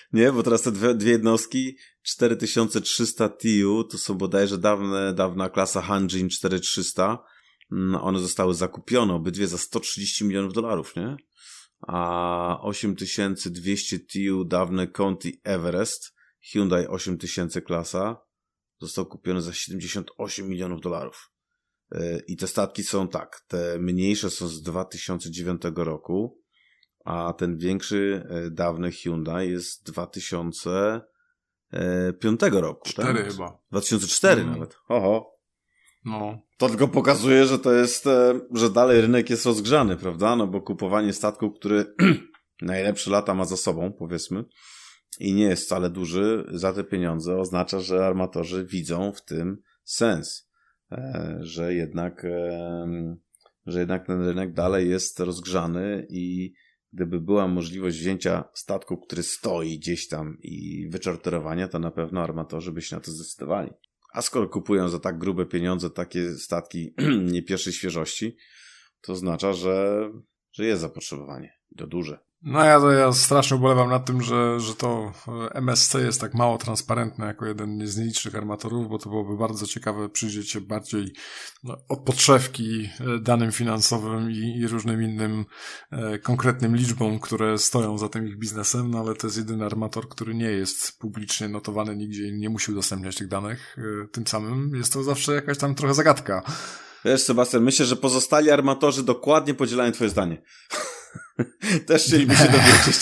Nie, bo teraz te dwie, dwie jednostki, cztery tysiące trzysta T U, to są bodajże dawne, dawna klasa Hanjin cztery tysiące trzysta. One zostały zakupione obydwie za sto trzydzieści milionów dolarów, nie? A osiem tysięcy dwieście T U, dawny Conti Everest, Hyundai osiem tysięcy klasa, został kupiony za siedemdziesiąt osiem milionów dolarów. I te statki są tak, te mniejsze są z dwa tysiące dziewiątego roku, a ten większy, dawny Hyundai jest z dwa tysiące piątego roku. Cztery tak? chyba. dwa tysiące cztery mm. nawet. Oho. No. To tylko pokazuje, że to jest, że dalej rynek jest rozgrzany, prawda? No bo kupowanie statku, który najlepsze lata ma za sobą, powiedzmy, i nie jest wcale duży za te pieniądze, oznacza, że armatorzy widzą w tym sens, że jednak, że jednak ten rynek dalej jest rozgrzany i gdyby była możliwość wzięcia statku, który stoi gdzieś tam i wyczarterowania, to na pewno armatorzy by się na to zdecydowali. A skoro kupują za tak grube pieniądze takie statki nie pierwszej świeżości, to oznacza, że, że jest zapotrzebowanie. To duże. No ja, ja strasznie ubolewam nad tym, że, że to M S C jest tak mało transparentne jako jeden z nielicznych armatorów, bo to byłoby bardzo ciekawe przyjrzeć się bardziej no, od podszewki danym finansowym i, i różnym innym e, konkretnym liczbom, które stoją za tym ich biznesem, no ale to jest jedyny armator, który nie jest publicznie notowany nigdzie i nie musi udostępniać tych danych. E, tym samym jest to zawsze jakaś tam trochę zagadka. Wiesz, Sebastian, myślę, że pozostali armatorzy dokładnie podzielają twoje zdanie. Też chcieliby się dowiedzieć.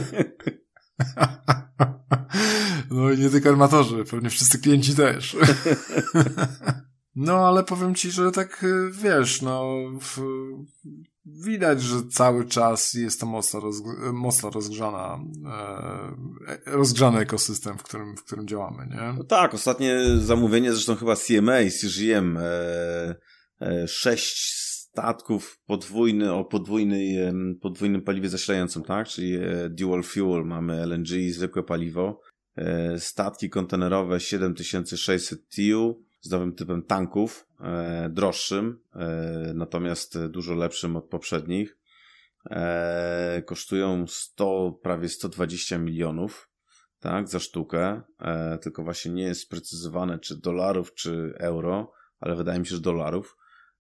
No i nie tylko armatorzy, pewnie wszyscy klienci też. No ale powiem ci, że tak wiesz, no w, widać, że cały czas jest to mocno, rozg- mocno rozgrzana, e, rozgrzany ekosystem, w którym, w którym działamy, nie? No tak, ostatnie zamówienie, zresztą chyba C M A, C G M, e, e, sześć statków podwójny, o podwójnej, podwójnym paliwie zasilającym, tak? Czyli dual fuel, mamy L N G i zwykłe paliwo. Statki kontenerowe siedem tysięcy sześćset T U z nowym typem tanków, droższym, natomiast dużo lepszym od poprzednich. Kosztują sto, prawie sto dwadzieścia milionów, tak? Za sztukę. Tylko właśnie nie jest sprecyzowane, czy dolarów, czy euro, ale wydaje mi się, że dolarów.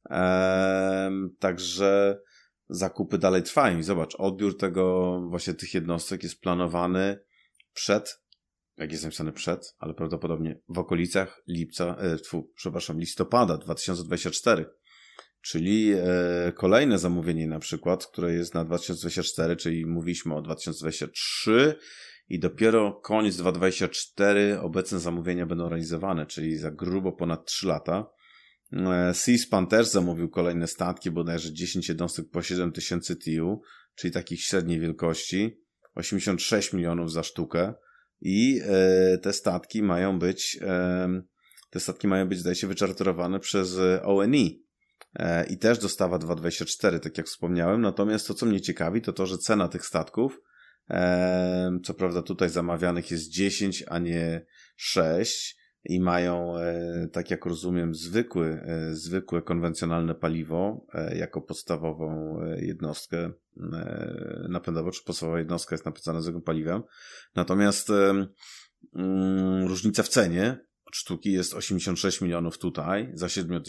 Eee, także zakupy dalej trwają i zobacz, odbiór tego właśnie tych jednostek jest planowany przed, jak jest napisane przed, ale prawdopodobnie w okolicach lipca, e, tfu, przepraszam, listopada dwa tysiące dwudziestego czwartego, czyli e, kolejne zamówienie na przykład, które jest na dwa tysiące dwudziesty czwarty, czyli mówiliśmy o dwa tysiące dwudziestym trzecim i dopiero koniec dwa tysiące dwudziestego czwartego obecne zamówienia będą realizowane, czyli za grubo ponad trzy lata. Seaspan też zamówił kolejne statki, bodajże dziesięć jednostek po siedem tysięcy T U, czyli takich średniej wielkości, osiemdziesiąt sześć milionów za sztukę i e, te statki mają być e, te statki mają być, zdaje się, wyczarterowane przez O N E e, i też dostawa dwa tysiące dwudziesty czwarty, tak jak wspomniałem, natomiast to, co mnie ciekawi, to to, że cena tych statków, e, co prawda tutaj zamawianych jest dziesięć, a nie sześć, i mają, e, tak jak rozumiem, zwykły, e, zwykłe konwencjonalne paliwo e, jako podstawową jednostkę e, napędową, czy podstawowa jednostka jest napędzana zwykłym paliwem. Natomiast e, mm, różnica w cenie od sztuki jest osiemdziesiąt sześć milionów tutaj za siedem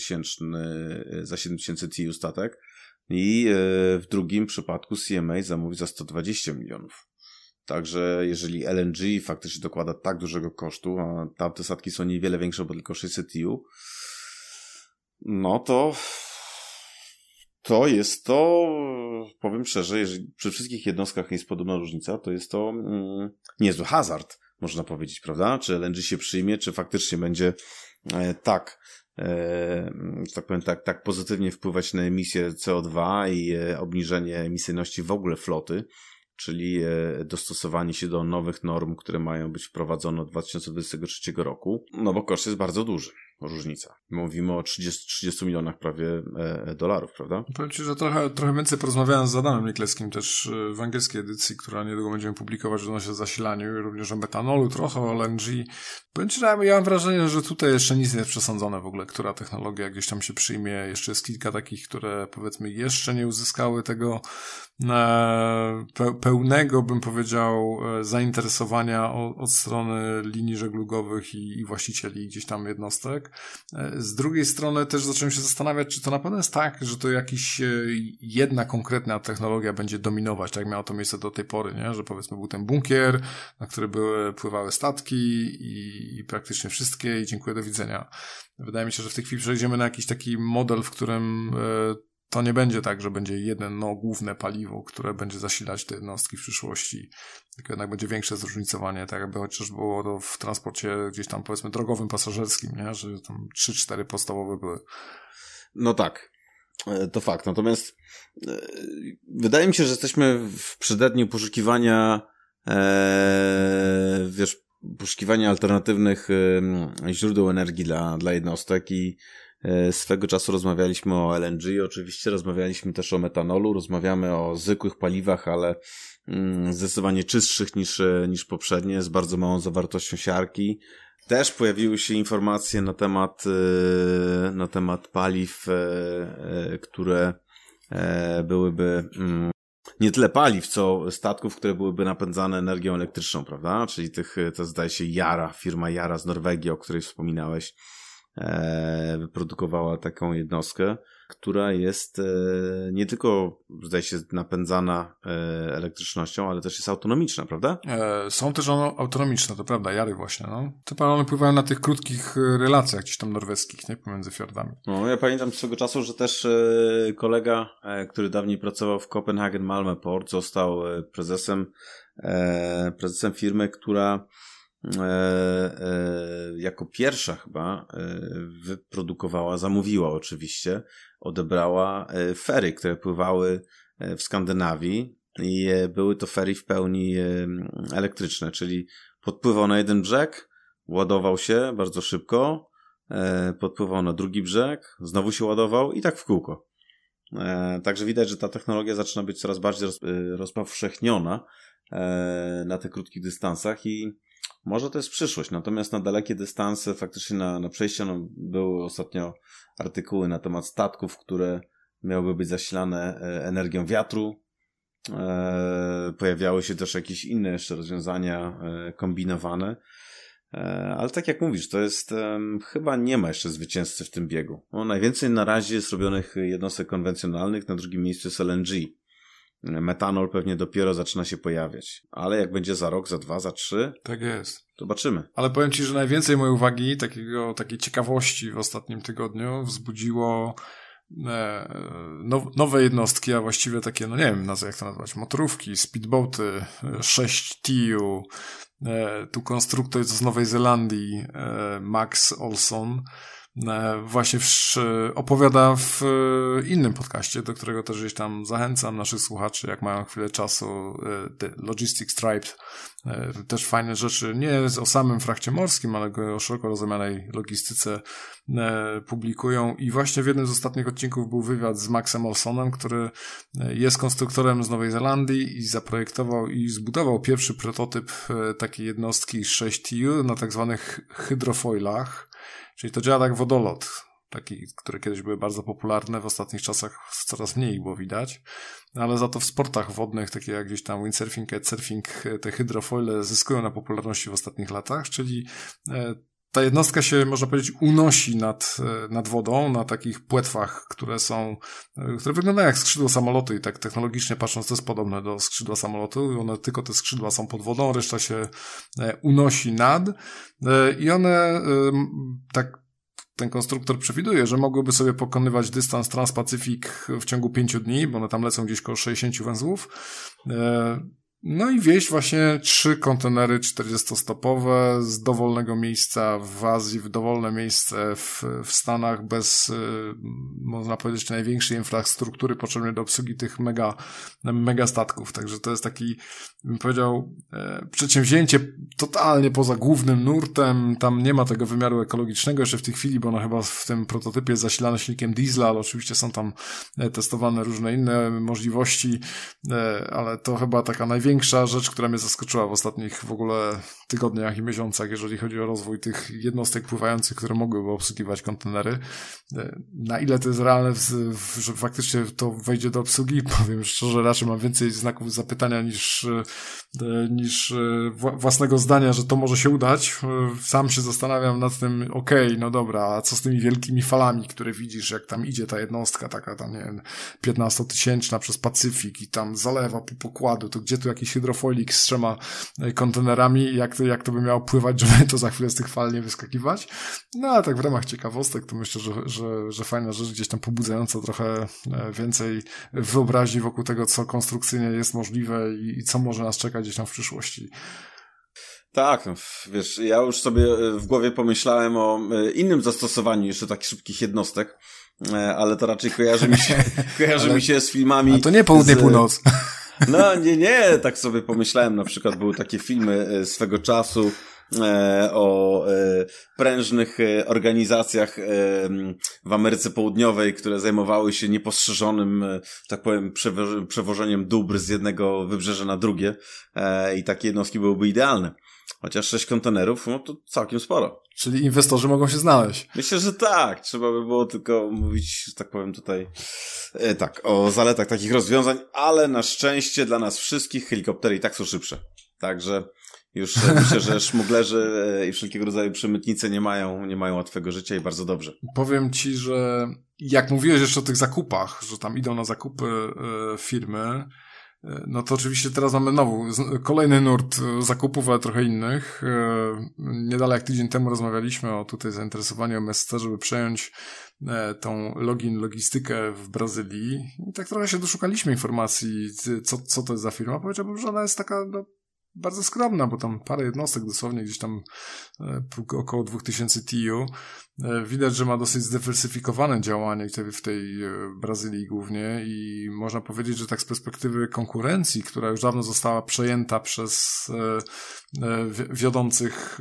tysięcy T U statek i e, w drugim przypadku C M A zamówi za sto dwadzieścia milionów. Także jeżeli L N G faktycznie dokłada tak dużego kosztu, a tamte statki są niewiele większe, bo tylko sześćset T U, no to to jest to, powiem szczerze, jeżeli przy wszystkich jednostkach jest podobna różnica, to jest to mm, niezły hazard, można powiedzieć, prawda? Czy L N G się przyjmie, czy faktycznie będzie e, tak, e, tak powiem, tak, tak pozytywnie wpływać na emisję C O dwa i e, obniżenie emisyjności w ogóle floty, czyli dostosowanie się do nowych norm, które mają być wprowadzone od dwa tysiące dwudziestego trzeciego roku, no bo koszt jest bardzo duży. różnica. Mówimy o trzydziestu milionach prawie dolarów, prawda? Powiem Ci, że trochę, trochę więcej porozmawiałem z Adamem Nikleskim też w angielskiej edycji, która niedługo będziemy publikować, że odnosi się o zasilaniu i również o metanolu, trochę o L N G. Powiem Ci, że ja mam wrażenie, że tutaj jeszcze nic nie jest przesądzone w ogóle, która technologia gdzieś tam się przyjmie. Jeszcze jest kilka takich, które powiedzmy jeszcze nie uzyskały tego pełnego, bym powiedział, zainteresowania od strony linii żeglugowych i, i właścicieli gdzieś tam jednostek. Z drugiej strony też zacząłem się zastanawiać, czy to na pewno jest tak, że to jakiś jedna konkretna technologia będzie dominować, tak jak miało to miejsce do tej pory, nie? Że powiedzmy był ten bunkier, na który były, pływały statki i, i praktycznie wszystkie i dziękuję, do widzenia. Wydaje mi się, że w tej chwili przejdziemy na jakiś taki model, w którym to nie będzie tak, że będzie jedno główne paliwo, które będzie zasilać te jednostki w przyszłości, tylko jednak będzie większe zróżnicowanie, tak jakby chociaż było to w transporcie gdzieś tam powiedzmy drogowym, pasażerskim, nie? Że tam trzy cztery podstawowe były. No tak, to fakt. Natomiast wydaje mi się, że jesteśmy w przededniu poszukiwania e, wiesz, poszukiwania alternatywnych e, źródeł energii dla, dla jednostek i swego czasu rozmawialiśmy o L N G, oczywiście rozmawialiśmy też o metanolu, rozmawiamy o zwykłych paliwach, ale zdecydowanie czystszych niż, niż poprzednie, z bardzo małą zawartością siarki. Też pojawiły się informacje na temat, na temat paliw, które byłyby nie tyle paliw, co statków, które byłyby napędzane energią elektryczną, prawda? Czyli tych, to zdaje się Yara, firma Yara z Norwegii, o której wspominałeś, wyprodukowała taką jednostkę, która jest nie tylko, zdaje się, napędzana elektrycznością, ale też jest autonomiczna, prawda? E, są też one autonomiczne, to prawda, Jary właśnie, no. Te one pływają na tych krótkich relacjach gdzieś tam norweskich, nie? Pomiędzy fiordami. No, ja pamiętam swego czasu, że też kolega, który dawniej pracował w Copenhagen Malmö Port, został prezesem, prezesem firmy, która E, e, jako pierwsza chyba e, wyprodukowała, zamówiła oczywiście, odebrała e, fery, które pływały w Skandynawii i e, były to fery w pełni e, elektryczne, czyli podpływał na jeden brzeg, ładował się bardzo szybko, e, podpływał na drugi brzeg, znowu się ładował i tak w kółko. E, także widać, że ta technologia zaczyna być coraz bardziej roz, e, rozpowszechniona e, na tych krótkich dystansach i może to jest przyszłość, natomiast na dalekie dystanse, faktycznie na, na przejścia, no, były ostatnio artykuły na temat statków, które miałyby być zasilane energią wiatru. E, pojawiały się też jakieś inne jeszcze rozwiązania e, kombinowane. E, ale tak jak mówisz, to jest, e, chyba nie ma jeszcze zwycięzcy w tym biegu. No, najwięcej na razie jest robionych jednostek konwencjonalnych, na drugim miejscu jest L N G. Metanol pewnie dopiero zaczyna się pojawiać. Ale jak będzie za rok, za dwa, za trzy... Tak jest. Zobaczymy. Ale powiem Ci, że najwięcej mojej uwagi, takiego, takiej ciekawości w ostatnim tygodniu wzbudziło e, now, nowe jednostki, a właściwie takie, no nie wiem jak to nazwać, motorówki, speedboaty, sześć T U, e, tu konstruktor z Nowej Zelandii, e, Max Olson, właśnie w, opowiada w innym podcaście, do którego też gdzieś tam zachęcam naszych słuchaczy, jak mają chwilę czasu, The Logistics Tribe, też fajne rzeczy, nie o samym frakcie morskim, ale o szeroko rozumianej logistyce publikują i właśnie w jednym z ostatnich odcinków był wywiad z Maxem Olsonem, który jest konstruktorem z Nowej Zelandii i zaprojektował i zbudował pierwszy prototyp takiej jednostki sześć T U na tak zwanych hydrofoilach. Czyli to działa jak wodolot, taki, które kiedyś były bardzo popularne, w ostatnich czasach coraz mniej było widać, ale za to w sportach wodnych, takie jak gdzieś tam windsurfing, kitesurfing, te hydrofoile zyskują na popularności w ostatnich latach, czyli ta jednostka się, można powiedzieć, unosi nad, nad wodą, na takich płetwach, które są, które wyglądają jak skrzydło samolotu i tak technologicznie patrząc to jest podobne do skrzydła samolotu, one tylko te skrzydła są pod wodą, reszta się unosi nad i one tak ten konstruktor przewiduje, że mogłyby sobie pokonywać dystans Transpacyfik w ciągu pięciu dni, bo one tam lecą gdzieś koło sześćdziesiąt węzłów. No i wieść właśnie trzy kontenery czterdziestostopowe z dowolnego miejsca w Azji, w dowolne miejsce w, w Stanach bez, można powiedzieć, największej infrastruktury potrzebnej do obsługi tych mega, mega statków. Także to jest taki, bym powiedział, przedsięwzięcie totalnie poza głównym nurtem. Tam nie ma tego wymiaru ekologicznego jeszcze w tej chwili, bo ono chyba w tym prototypie jest zasilane silnikiem diesla, ale oczywiście są tam testowane różne inne możliwości, ale to chyba taka największa Większa rzecz, która mnie zaskoczyła w ostatnich w ogóle tygodniach i miesiącach, jeżeli chodzi o rozwój tych jednostek pływających, które mogłyby obsługiwać kontenery. Na ile to jest realne, że faktycznie to wejdzie do obsługi? Powiem szczerze, raczej mam więcej znaków zapytania niż, niż własnego zdania, że to może się udać. Sam się zastanawiam nad tym, okej, okay, no dobra, a co z tymi wielkimi falami, które widzisz, jak tam idzie ta jednostka, taka tam, nie wiem, piętnastotysięczna przez Pacyfik i tam zalewa po pokładu, to gdzie tu jakiś hydrofoilik z trzema kontenerami, jak to, jak to by miało pływać, żeby to za chwilę z tych fal nie wyskakiwać. No ale tak w ramach ciekawostek to myślę, że, że, że fajna rzecz, gdzieś tam pobudzająca trochę więcej wyobraźni wokół tego, co konstrukcyjnie jest możliwe i, i co może nas czekać gdzieś tam w przyszłości. Tak, no, wiesz, ja już sobie w głowie pomyślałem o innym zastosowaniu jeszcze takich szybkich jednostek, ale to raczej kojarzy mi się, kojarzy ale, mi się z filmami... A to nie południe, z... północ. No nie, nie, tak sobie pomyślałem, na przykład były takie filmy swego czasu e, o e, prężnych e, organizacjach e, w Ameryce Południowej, które zajmowały się niepostrzeżonym, e, tak powiem, przewo- przewożeniem dóbr z jednego wybrzeża na drugie e, i takie jednostki byłyby idealne. Chociaż sześć kontenerów, no to całkiem sporo. Czyli inwestorzy mogą się znaleźć. Myślę, że tak. Trzeba by było tylko mówić, tak powiem tutaj, e, tak, o zaletach takich rozwiązań, ale na szczęście dla nas wszystkich helikoptery i tak są szybsze. Także już e, myślę, że szmuglerzy e, i wszelkiego rodzaju przemytnicy nie mają, nie mają łatwego życia i bardzo dobrze. Powiem ci, że jak mówiłeś jeszcze o tych zakupach, że tam idą na zakupy e, firmy, no to oczywiście teraz mamy znowu kolejny nurt zakupów, ale trochę innych. Niedaleko jak tydzień temu rozmawialiśmy o tutaj zainteresowaniu M S C, żeby przejąć tą login, logistykę w Brazylii. I tak trochę się doszukaliśmy informacji, co, co to jest za firma. Powiedziałbym, że ona jest taka no, bardzo skromna, bo tam parę jednostek dosłownie, gdzieś tam około dwa tysiące T U. Widać, że ma dosyć zdywersyfikowane działanie w tej Brazylii głównie i można powiedzieć, że tak z perspektywy konkurencji, która już dawno została przejęta przez wiodących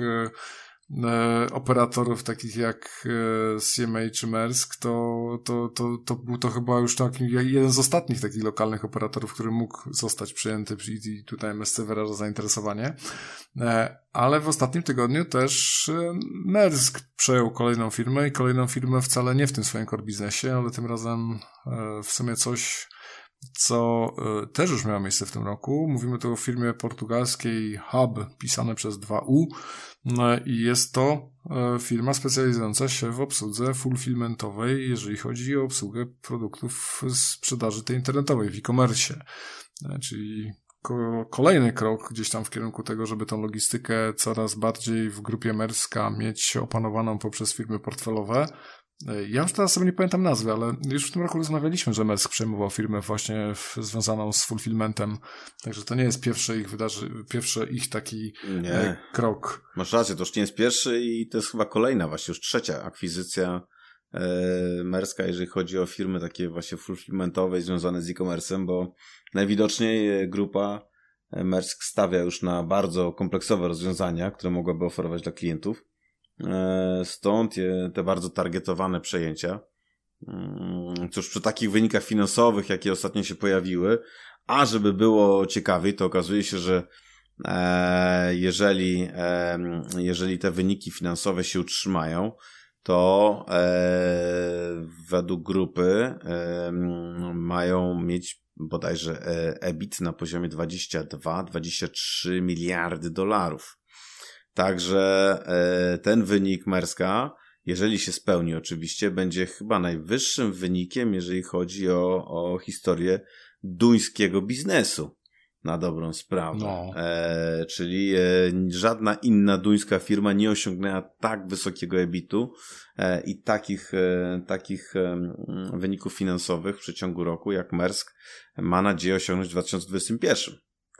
operatorów takich jak C M A czy Maersk, to, to, to, to był to chyba już taki jeden z ostatnich takich lokalnych operatorów, który mógł zostać przyjęty i tutaj M S C wyraża zainteresowanie. Ale w ostatnim tygodniu też Maersk przejął kolejną firmę i kolejną firmę wcale nie w tym swoim core biznesie, ale tym razem w sumie coś, co też już miało miejsce w tym roku. Mówimy tu o firmie portugalskiej Hub, pisane przez dwa U, i jest to firma specjalizująca się w obsłudze fulfillmentowej, jeżeli chodzi o obsługę produktów z sprzedaży tej internetowej w e-commerce, czyli kolejny krok gdzieś tam w kierunku tego, żeby tą logistykę coraz bardziej w grupie Maerska mieć opanowaną poprzez firmy portfelowe. Ja już teraz sobie nie pamiętam nazwy, ale już w tym roku rozmawialiśmy, że Maersk przejmował firmę właśnie w, związaną z fulfillmentem, także to nie jest pierwszy ich wydarzy, pierwszy ich taki e, krok. Masz rację, to już nie jest pierwszy i to jest chyba kolejna, właśnie już trzecia akwizycja e, Maerska, jeżeli chodzi o firmy takie właśnie fulfillmentowe związane z e-commerce'em, bo najwidoczniej grupa Maersk stawia już na bardzo kompleksowe rozwiązania, które mogłaby oferować dla klientów. Stąd te bardzo targetowane przejęcia. Cóż, przy takich wynikach finansowych, jakie ostatnio się pojawiły, a żeby było ciekawiej, to okazuje się, że jeżeli, jeżeli te wyniki finansowe się utrzymają, to według grupy mają mieć bodajże E B I T na poziomie dwadzieścia dwa dwadzieścia trzy miliardy dolarów. Także e, ten wynik Maerska, jeżeli się spełni oczywiście, będzie chyba najwyższym wynikiem, jeżeli chodzi o, o historię duńskiego biznesu, na dobrą sprawę. No. E, czyli e, żadna inna duńska firma nie osiągnęła tak wysokiego E B I T-u e, i takich, e, takich e, wyników finansowych w przeciągu roku, jak Maersk ma nadzieję osiągnąć w dwa tysiące dwudziestym pierwszym.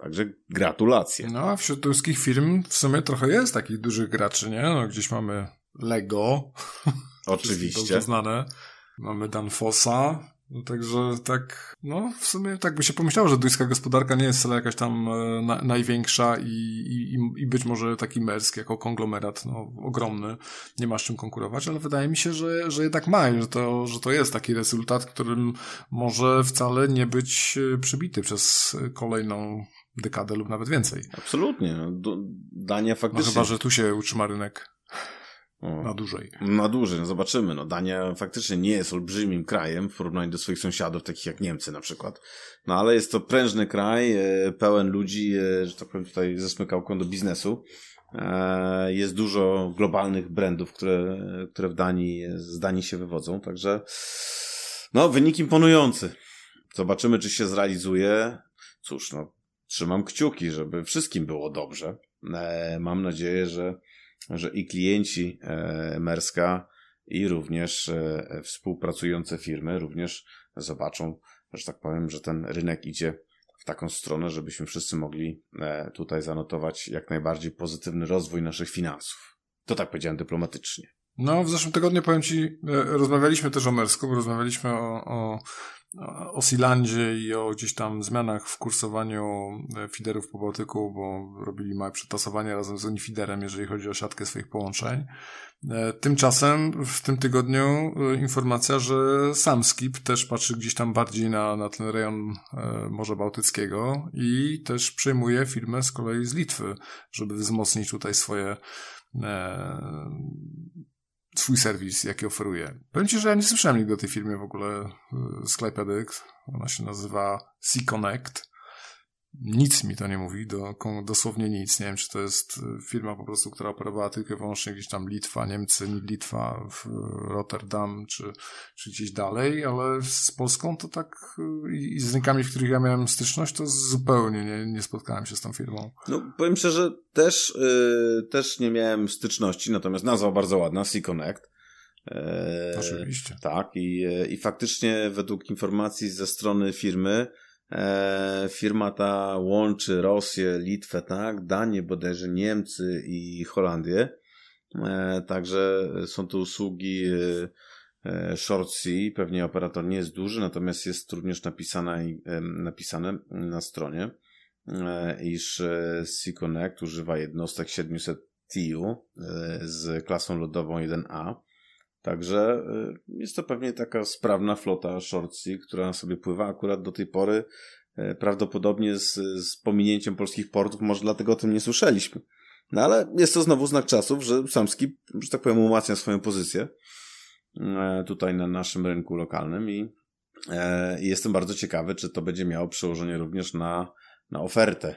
Także gratulacje. No, a wśród polskich firm w sumie trochę jest takich dużych graczy, nie? No, gdzieś mamy Lego. Oczywiście. Dobrze znane. Mamy Danfossa. No, także tak, no w sumie tak by się pomyślało, że duńska gospodarka nie jest wcale jakaś tam e, na, największa i, i, i być może taki Maersk jako konglomerat, no ogromny, nie ma z czym konkurować, ale wydaje mi się, że, że jednak ma i że to, że to jest taki rezultat, którym może wcale nie być przybity przez kolejną dekadę lub nawet więcej. Absolutnie. No, Dania faktycznie... No chyba, że tu się utrzyma rynek. O, na dłużej. Na dłużej, no zobaczymy. No Dania faktycznie nie jest olbrzymim krajem w porównaniu do swoich sąsiadów, takich jak Niemcy na przykład. No ale jest to prężny kraj, e, pełen ludzi, e, że tak powiem tutaj ze smykałką do biznesu. E, jest dużo globalnych brandów, które, które w Danii, z Danii się wywodzą, także no wynik imponujący. Zobaczymy, czy się zrealizuje. Cóż, no trzymam kciuki, żeby wszystkim było dobrze. E, mam nadzieję, że że i klienci e, Maerska i również e, współpracujące firmy również zobaczą, że tak powiem, że ten rynek idzie w taką stronę, żebyśmy wszyscy mogli e, tutaj zanotować jak najbardziej pozytywny rozwój naszych finansów. To tak powiedziałem dyplomatycznie. No, w zeszłym tygodniu, powiem Ci, rozmawialiśmy też o Maersku, bo rozmawialiśmy o, o, o Sealandzie i o gdzieś tam zmianach w kursowaniu feederów po Bałtyku, bo robili małe przetasowanie razem z Unifiderem, jeżeli chodzi o siatkę swoich połączeń. Tymczasem w tym tygodniu informacja, że Samskip też patrzy gdzieś tam bardziej na, na ten rejon Morza Bałtyckiego i też przejmuje firmę z kolei z Litwy, żeby wzmocnić tutaj swoje e, swój serwis, jaki oferuje. Powiem Ci, że ja nie słyszałem nigdy o tej firmie w ogóle z Klejpedy. Ona się nazywa Sea Connect. Nic mi to nie mówi, do, dosłownie nic. Nie wiem, czy to jest firma po prostu, która operowała tylko i wyłącznie gdzieś tam Litwa, Niemcy, Litwa, Rotterdam, czy, czy gdzieś dalej, ale z Polską to tak i z rynkami, w których ja miałem styczność, to zupełnie nie, nie spotkałem się z tą firmą. No, powiem szczerze, też, yy, też nie miałem styczności, natomiast nazwa bardzo ładna, Sea Connect. Eee, Oczywiście. Tak, i, i faktycznie według informacji ze strony firmy E, firma ta łączy Rosję, Litwę, tak, Danię, bodajże Niemcy i Holandię. E, także są to usługi e, Short Sea. Pewnie operator nie jest duży, natomiast jest również napisane, e, napisane na stronie, e, iż Sea Connect używa jednostek siedemset T U e, z klasą lodową jeden A. Także jest to pewnie taka sprawna flota Short Sea, która sobie pływa akurat do tej pory, prawdopodobnie z, z pominięciem polskich portów, może dlatego o tym nie słyszeliśmy. No ale jest to znowu znak czasów, że Samskip, że tak powiem, umacnia swoją pozycję tutaj na naszym rynku lokalnym i, i jestem bardzo ciekawy, czy to będzie miało przełożenie również na, na ofertę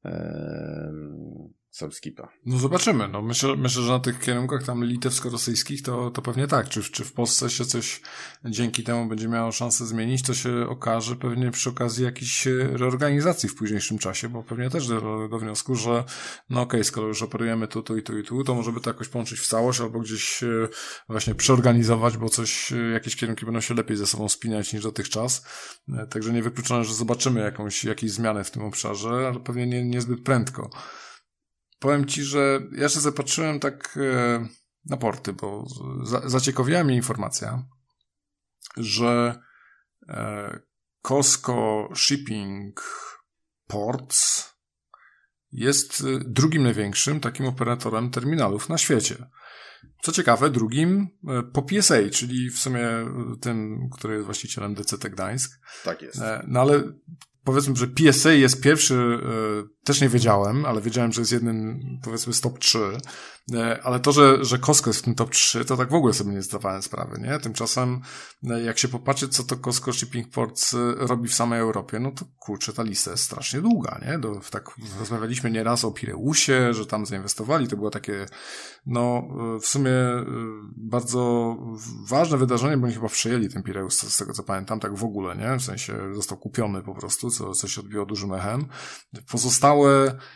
Samskipa. No zobaczymy. No myślę, myślę, że na tych kierunkach tam litewsko-rosyjskich to, to pewnie tak. Czy, czy w Polsce się coś dzięki temu będzie miało szansę zmienić, to się okaże pewnie przy okazji jakiejś reorganizacji w późniejszym czasie, bo pewnie też do, do wniosku, że no okej, okay, skoro już operujemy tu, tu i tu i tu, to może by to jakoś połączyć w całość albo gdzieś właśnie przeorganizować, bo coś, jakieś kierunki będą się lepiej ze sobą spinać niż dotychczas. Także niewykluczone, że zobaczymy jakąś, jakieś zmiany w tym obszarze, ale pewnie nie, niezbyt prędko. Powiem Ci, że ja się zapatrzyłem tak e, na porty, bo za, zaciekawiła mnie informacja, że e, COSCO Shipping Ports jest drugim największym takim operatorem terminalów na świecie. Co ciekawe, drugim e, po P S A, czyli w sumie tym, który jest właścicielem D C T Gdańsk. Tak jest. E, no ale powiedzmy, że P S A jest pierwszy, y, też nie wiedziałem, ale wiedziałem, że jest jednym, powiedzmy, z top trzy, y, ale to, że, że COSCO jest w tym top trzy, to tak w ogóle sobie nie zdawałem sprawy, nie? Tymczasem, y, jak się popatrzy, co to COSCO Shipping Ports robi w samej Europie, no to kurczę, ta lista jest strasznie długa, nie? Do, tak rozmawialiśmy nieraz o Pireusie, że tam zainwestowali, to było takie, no, y, w sumie y, bardzo ważne wydarzenie, bo oni chyba przejęli ten Pireus, z tego co pamiętam, tak w ogóle, nie? W sensie został kupiony po prostu, co, co się odbiło dużym echem. Pozostałe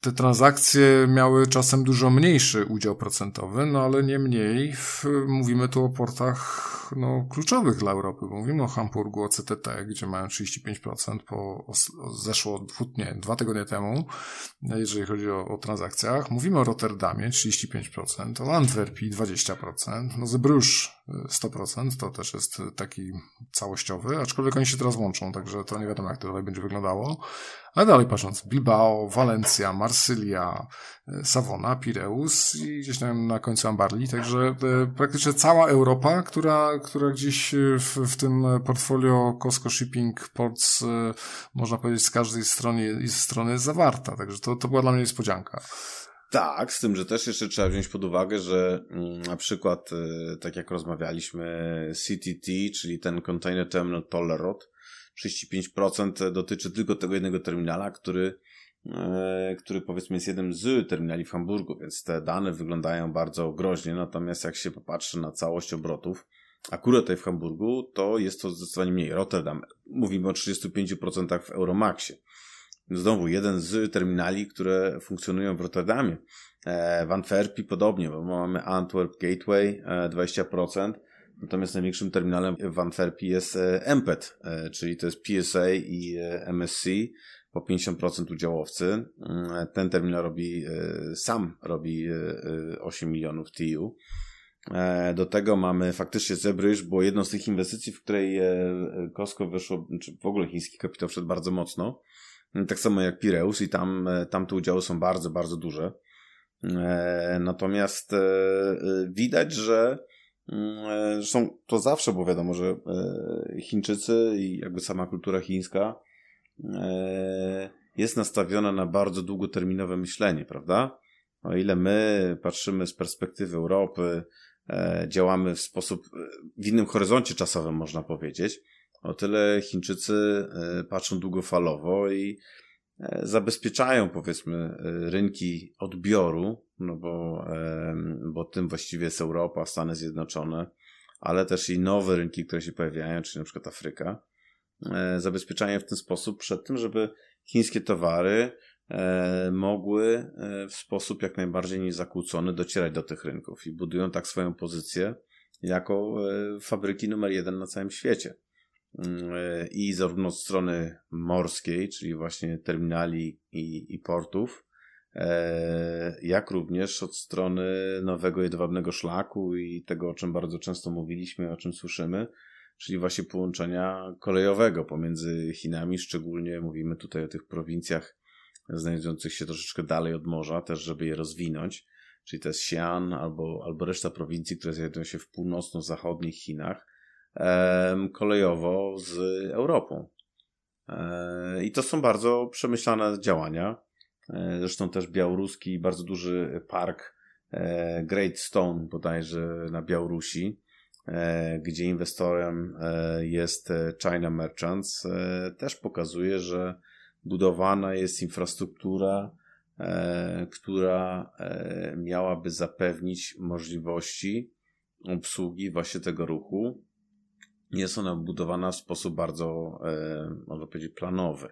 te transakcje miały czasem dużo mniejszy udział procentowy, no ale niemniej w, mówimy tu o portach no, kluczowych dla Europy, bo mówimy o Hamburgu, o C T T, gdzie mają trzydzieści pięć procent, po, o, o zeszło dwu, nie, dwa tygodnie temu, jeżeli chodzi o, o transakcjach. Mówimy o Rotterdamie, trzydzieści pięć procent, o Antwerpii dwadzieścia procent, no Zeebrugge sto procent, to też jest taki całościowy, aczkolwiek oni się teraz łączą, także to nie wiadomo, jak to tutaj będzie wyglądało. Ale dalej patrząc, Bilbao, Walencja, Marsylia, Savona, Pireus i gdzieś tam na końcu Ambarli, także e, praktycznie cała Europa, która, która gdzieś w, w tym portfolio Cosco Shipping Ports, e, można powiedzieć, z każdej strony, strony jest zawarta, także to, to była dla mnie niespodzianka. Tak, z tym, że też jeszcze trzeba wziąć pod uwagę, że mm, na przykład, y, tak jak rozmawialiśmy, C T T, czyli ten Container Terminal Toll Road, trzydzieści pięć procent dotyczy tylko tego jednego terminala, który, e, który powiedzmy jest jednym z terminali w Hamburgu, więc te dane wyglądają bardzo groźnie, natomiast jak się popatrzy na całość obrotów, akurat tutaj w Hamburgu, to jest to zdecydowanie mniej. Rotterdam, mówimy o trzydzieści pięć procent w Euromaxie. Znowu jeden z terminali, które funkcjonują w Rotterdamie. E, w Antwerpii podobnie, bo mamy Antwerp Gateway e, dwadzieścia procent, natomiast największym terminalem w Antwerpii jest M P E T, czyli to jest P S A i M S C, po pięćdziesiąt procent udziałowcy. Ten terminal robi, sam robi osiem milionów T U. Do tego mamy faktycznie Zeebrugge, bo jedną z tych inwestycji, w której Cosco weszło, czy w ogóle chiński kapitał wszedł bardzo mocno, tak samo jak Pireus i tam, tam te udziały są bardzo, bardzo duże. Natomiast widać, że zresztą to zawsze było wiadomo, że Chińczycy i jakby sama kultura chińska jest nastawiona na bardzo długoterminowe myślenie, prawda? O ile my patrzymy z perspektywy Europy, działamy w sposób, w innym horyzoncie czasowym można powiedzieć, o tyle Chińczycy patrzą długofalowo i zabezpieczają, powiedzmy, rynki odbioru, no bo, bo tym właściwie jest Europa, Stany Zjednoczone, ale też i nowe rynki, które się pojawiają, czyli na przykład Afryka, zabezpieczają w ten sposób przed tym, żeby chińskie towary mogły w sposób jak najbardziej niezakłócony docierać do tych rynków i budują tak swoją pozycję jako fabryki numer jeden na całym świecie. I zarówno od strony morskiej, czyli właśnie terminali i, i portów, e, jak również od strony nowego jedwabnego szlaku i tego, o czym bardzo często mówiliśmy, o czym słyszymy, czyli właśnie połączenia kolejowego pomiędzy Chinami, szczególnie mówimy tutaj o tych prowincjach znajdujących się troszeczkę dalej od morza, też żeby je rozwinąć, czyli to jest Xi'an albo, albo reszta prowincji, które znajdują się w północno-zachodnich Chinach, kolejowo z Europą. I to są bardzo przemyślane działania. Zresztą też białoruski bardzo duży park Great Stone bodajże na Białorusi, gdzie inwestorem jest China Merchants, też pokazuje, że budowana jest infrastruktura, która miałaby zapewnić możliwości obsługi właśnie tego ruchu. Jest ona budowana w sposób bardzo, e, można powiedzieć, planowy.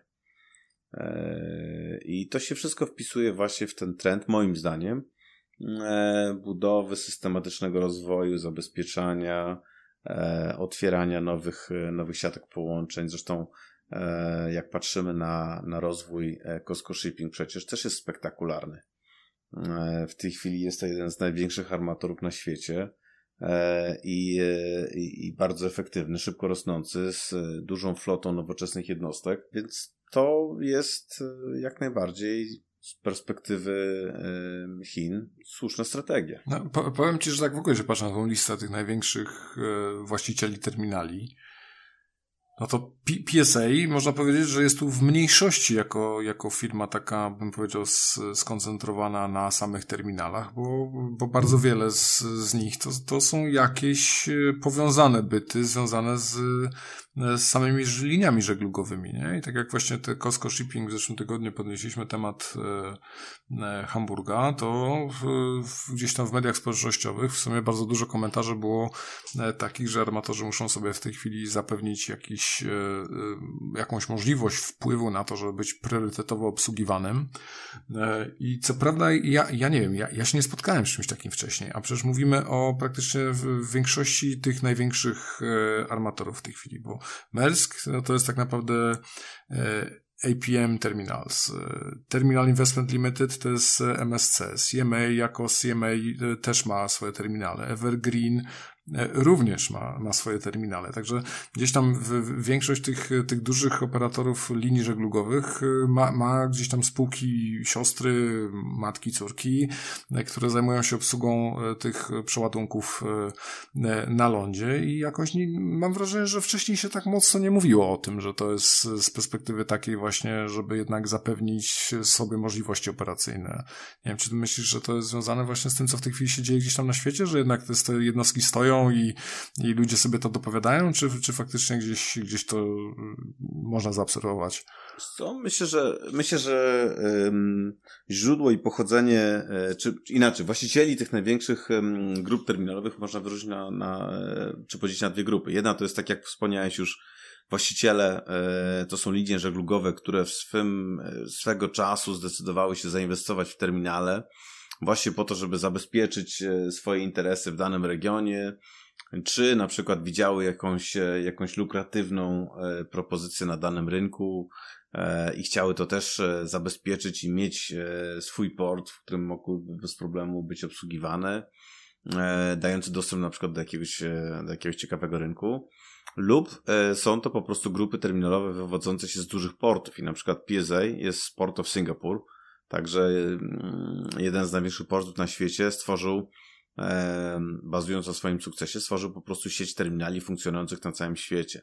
E, I to się wszystko wpisuje właśnie w ten trend, moim zdaniem, e, budowy systematycznego rozwoju, zabezpieczania, e, otwierania nowych, nowych siatek połączeń. Zresztą e, jak patrzymy na, na rozwój Cosco Shipping, przecież też jest spektakularny. E, w tej chwili jest to jeden z największych armatorów na świecie. I, i, i bardzo efektywny, szybko rosnący, z dużą flotą nowoczesnych jednostek, więc to jest jak najbardziej z perspektywy Chin słuszna strategia. No, po, powiem Ci, że tak w ogóle, że patrzę na tą listę tych największych właścicieli terminali, no to P- PSA można powiedzieć, że jest tu w mniejszości jako, jako firma taka, bym powiedział, s- skoncentrowana na samych terminalach, bo, bo bardzo wiele z, z nich to, to są jakieś powiązane byty związane z, z samymi liniami żeglugowymi, nie? I tak jak właśnie te Cosco Shipping w zeszłym tygodniu podnieśliśmy temat e, e, Hamburga, to w, w, gdzieś tam w mediach społecznościowych w sumie bardzo dużo komentarzy było e, takich, że armatorzy muszą sobie w tej chwili zapewnić jakiś mieć jakąś możliwość wpływu na to, żeby być priorytetowo obsługiwanym. I co prawda ja, ja nie wiem, ja, ja się nie spotkałem z czymś takim wcześniej, a przecież mówimy o praktycznie w większości tych największych armatorów w tej chwili, bo Maersk no to jest tak naprawdę A P M Terminals. Terminal Investment Limited to jest M S C. C M A jako C M A też ma swoje terminale. Evergreen również ma, ma swoje terminale. Także gdzieś tam w, w większość tych, tych dużych operatorów linii żeglugowych ma, ma gdzieś tam spółki siostry, matki, córki, które zajmują się obsługą tych przeładunków na lądzie i jakoś nie, mam wrażenie, że wcześniej się tak mocno nie mówiło o tym, że to jest z perspektywy takiej właśnie, żeby jednak zapewnić sobie możliwości operacyjne. Nie wiem, czy ty myślisz, że to jest związane właśnie z tym, co w tej chwili się dzieje gdzieś tam na świecie, że jednak te, te jednostki stoją i, i ludzie sobie to dopowiadają, czy, czy faktycznie gdzieś, gdzieś to można zaobserwować? Co? Myślę, że myślę, że um, źródło i pochodzenie, czy inaczej, właścicieli tych największych um, grup terminalowych można wyróżnić na, na, czy podzielić na dwie grupy. Jedna to jest, tak jak wspomniałeś już, właściciele, e, to są linie żeglugowe, które w swym, swego czasu zdecydowały się zainwestować w terminale, właśnie po to, żeby zabezpieczyć swoje interesy w danym regionie, czy na przykład widziały jakąś, jakąś lukratywną propozycję na danym rynku i chciały to też zabezpieczyć i mieć swój port, w którym mogłyby bez problemu być obsługiwane, dający dostęp na przykład do jakiegoś, do jakiegoś ciekawego rynku. Lub są to po prostu grupy terminalowe wywodzące się z dużych portów i na przykład P S A jest Port of Singapore. Także jeden z największych portów na świecie stworzył, e, bazując na swoim sukcesie, stworzył po prostu sieć terminali funkcjonujących na całym świecie.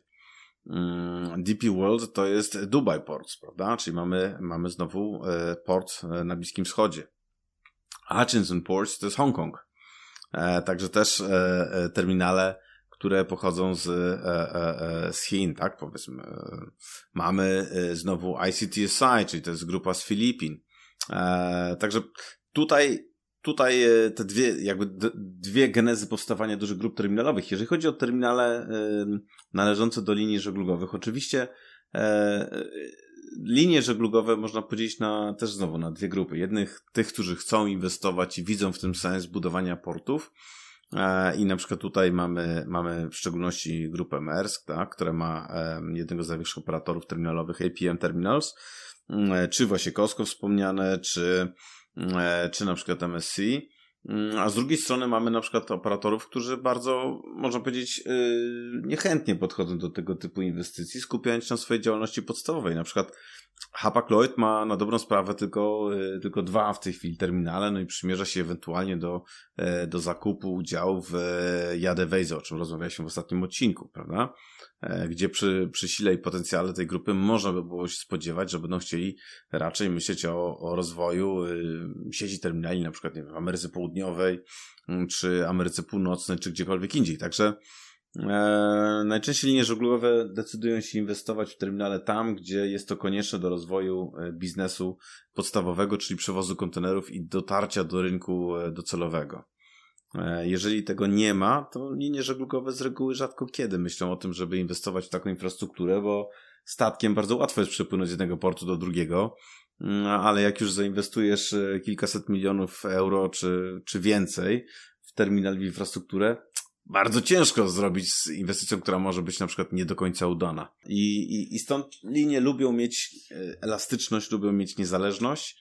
D P World to jest Dubai Ports, prawda? Czyli mamy, mamy znowu e, port na Bliskim Wschodzie. Hutchinson Ports to jest Hongkong. E, także też e, e, terminale, które pochodzą z, e, e, z Chin, tak? Powiedzmy. E, mamy e, znowu I C T S I, czyli to jest grupa z Filipin. E, także tutaj, tutaj te dwie, jakby d- dwie genezy powstawania dużych grup terminalowych. Jeżeli chodzi o terminale e, należące do linii żeglugowych, oczywiście e, linie żeglugowe można podzielić na, też znowu na dwie grupy. Jednych, tych, którzy chcą inwestować i widzą w tym sens budowania portów. E, I na przykład tutaj mamy, mamy w szczególności grupę Maersk, tak, która ma e, jednego z największych operatorów terminalowych A P M Terminals, czy właśnie Costco wspomniane, czy, czy na przykład M S C. A z drugiej strony mamy na przykład operatorów, którzy bardzo, można powiedzieć, niechętnie podchodzą do tego typu inwestycji, skupiając się na swojej działalności podstawowej. Na przykład Hapag-Lloyd ma na dobrą sprawę tylko, tylko dwa w tej chwili terminale, no i przymierza się ewentualnie do, do zakupu udziału w Jadewejze, o czym rozmawialiśmy w ostatnim odcinku, prawda? Gdzie przy, przy sile i potencjale tej grupy można by było się spodziewać, że będą chcieli raczej myśleć o, o rozwoju sieci terminali, na przykład nie wiem, w Ameryce Południowej, czy Ameryce Północnej, czy gdziekolwiek indziej. Także e, najczęściej linie żeglugowe decydują się inwestować w terminale tam, gdzie jest to konieczne do rozwoju biznesu podstawowego, czyli przewozu kontenerów i dotarcia do rynku docelowego. Jeżeli tego nie ma, to linie żeglugowe z reguły rzadko kiedy myślą o tym, żeby inwestować w taką infrastrukturę, bo statkiem bardzo łatwo jest przepłynąć z jednego portu do drugiego, ale jak już zainwestujesz kilkaset milionów euro czy, czy więcej w terminal, w infrastrukturę, bardzo ciężko zrobić z inwestycją, która może być na przykład nie do końca udana. I, i, i stąd linie lubią mieć elastyczność, lubią mieć niezależność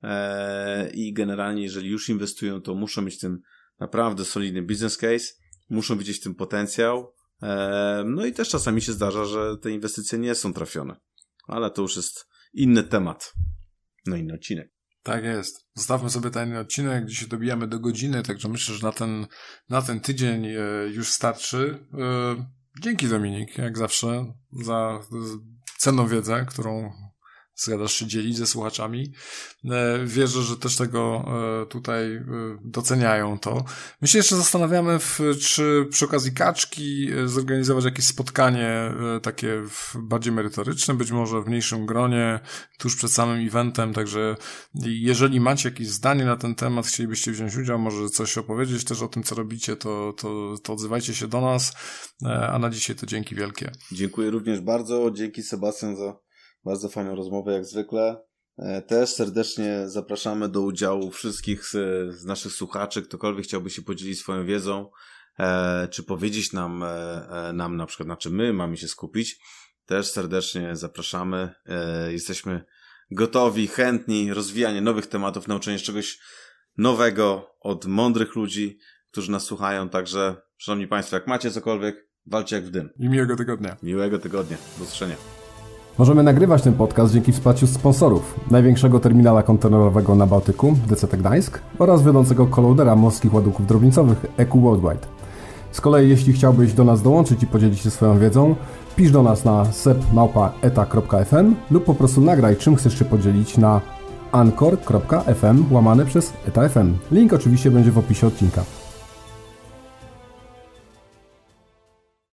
i generalnie jeżeli już inwestują, to muszą mieć tym naprawdę solidny business case, muszą widzieć w tym potencjał, no i też czasami się zdarza, że te inwestycje nie są trafione, ale to już jest inny temat, no inny odcinek. Tak jest. Zostawmy sobie ten odcinek, gdzie się dobijamy do godziny, także myślę, że na ten, na ten tydzień już starczy. Dzięki Dominik, jak zawsze, za cenną wiedzę, którą zgadzasz się dzielić ze słuchaczami. Wierzę, że też tego tutaj doceniają to. My się jeszcze zastanawiamy, w, czy przy okazji kaczki zorganizować jakieś spotkanie takie bardziej merytoryczne, być może w mniejszym gronie, tuż przed samym eventem, także jeżeli macie jakieś zdanie na ten temat, chcielibyście wziąć udział, może coś opowiedzieć też o tym, co robicie, to, to, to odzywajcie się do nas, a na dzisiaj to dzięki wielkie. Dziękuję również bardzo, dzięki Sebastian za bardzo fajną rozmowę jak zwykle. Też serdecznie zapraszamy do udziału wszystkich z, z naszych słuchaczy, ktokolwiek chciałby się podzielić swoją wiedzą, e, czy powiedzieć nam, e, nam na przykład, na czym my mamy się skupić. Też serdecznie zapraszamy. E, jesteśmy gotowi, chętni, rozwijanie nowych tematów, nauczenie czegoś nowego od mądrych ludzi, którzy nas słuchają. Także, szanowni Państwo, jak macie cokolwiek, walcie jak w dym. I miłego tygodnia. Miłego tygodnia. Do usłyszenia. Możemy nagrywać ten podcast dzięki wsparciu sponsorów największego terminala kontenerowego na Bałtyku, D C T Gdańsk, oraz wiodącego kolodera morskich ładunków drobnicowych E Q Worldwide. Z kolei jeśli chciałbyś do nas dołączyć i podzielić się swoją wiedzą, pisz do nas na sep małpa eta kropka ef em lub po prostu nagraj, czym chcesz się podzielić na anchor kropka ef em łamane przez eta kropka ef em. Link oczywiście będzie w opisie odcinka.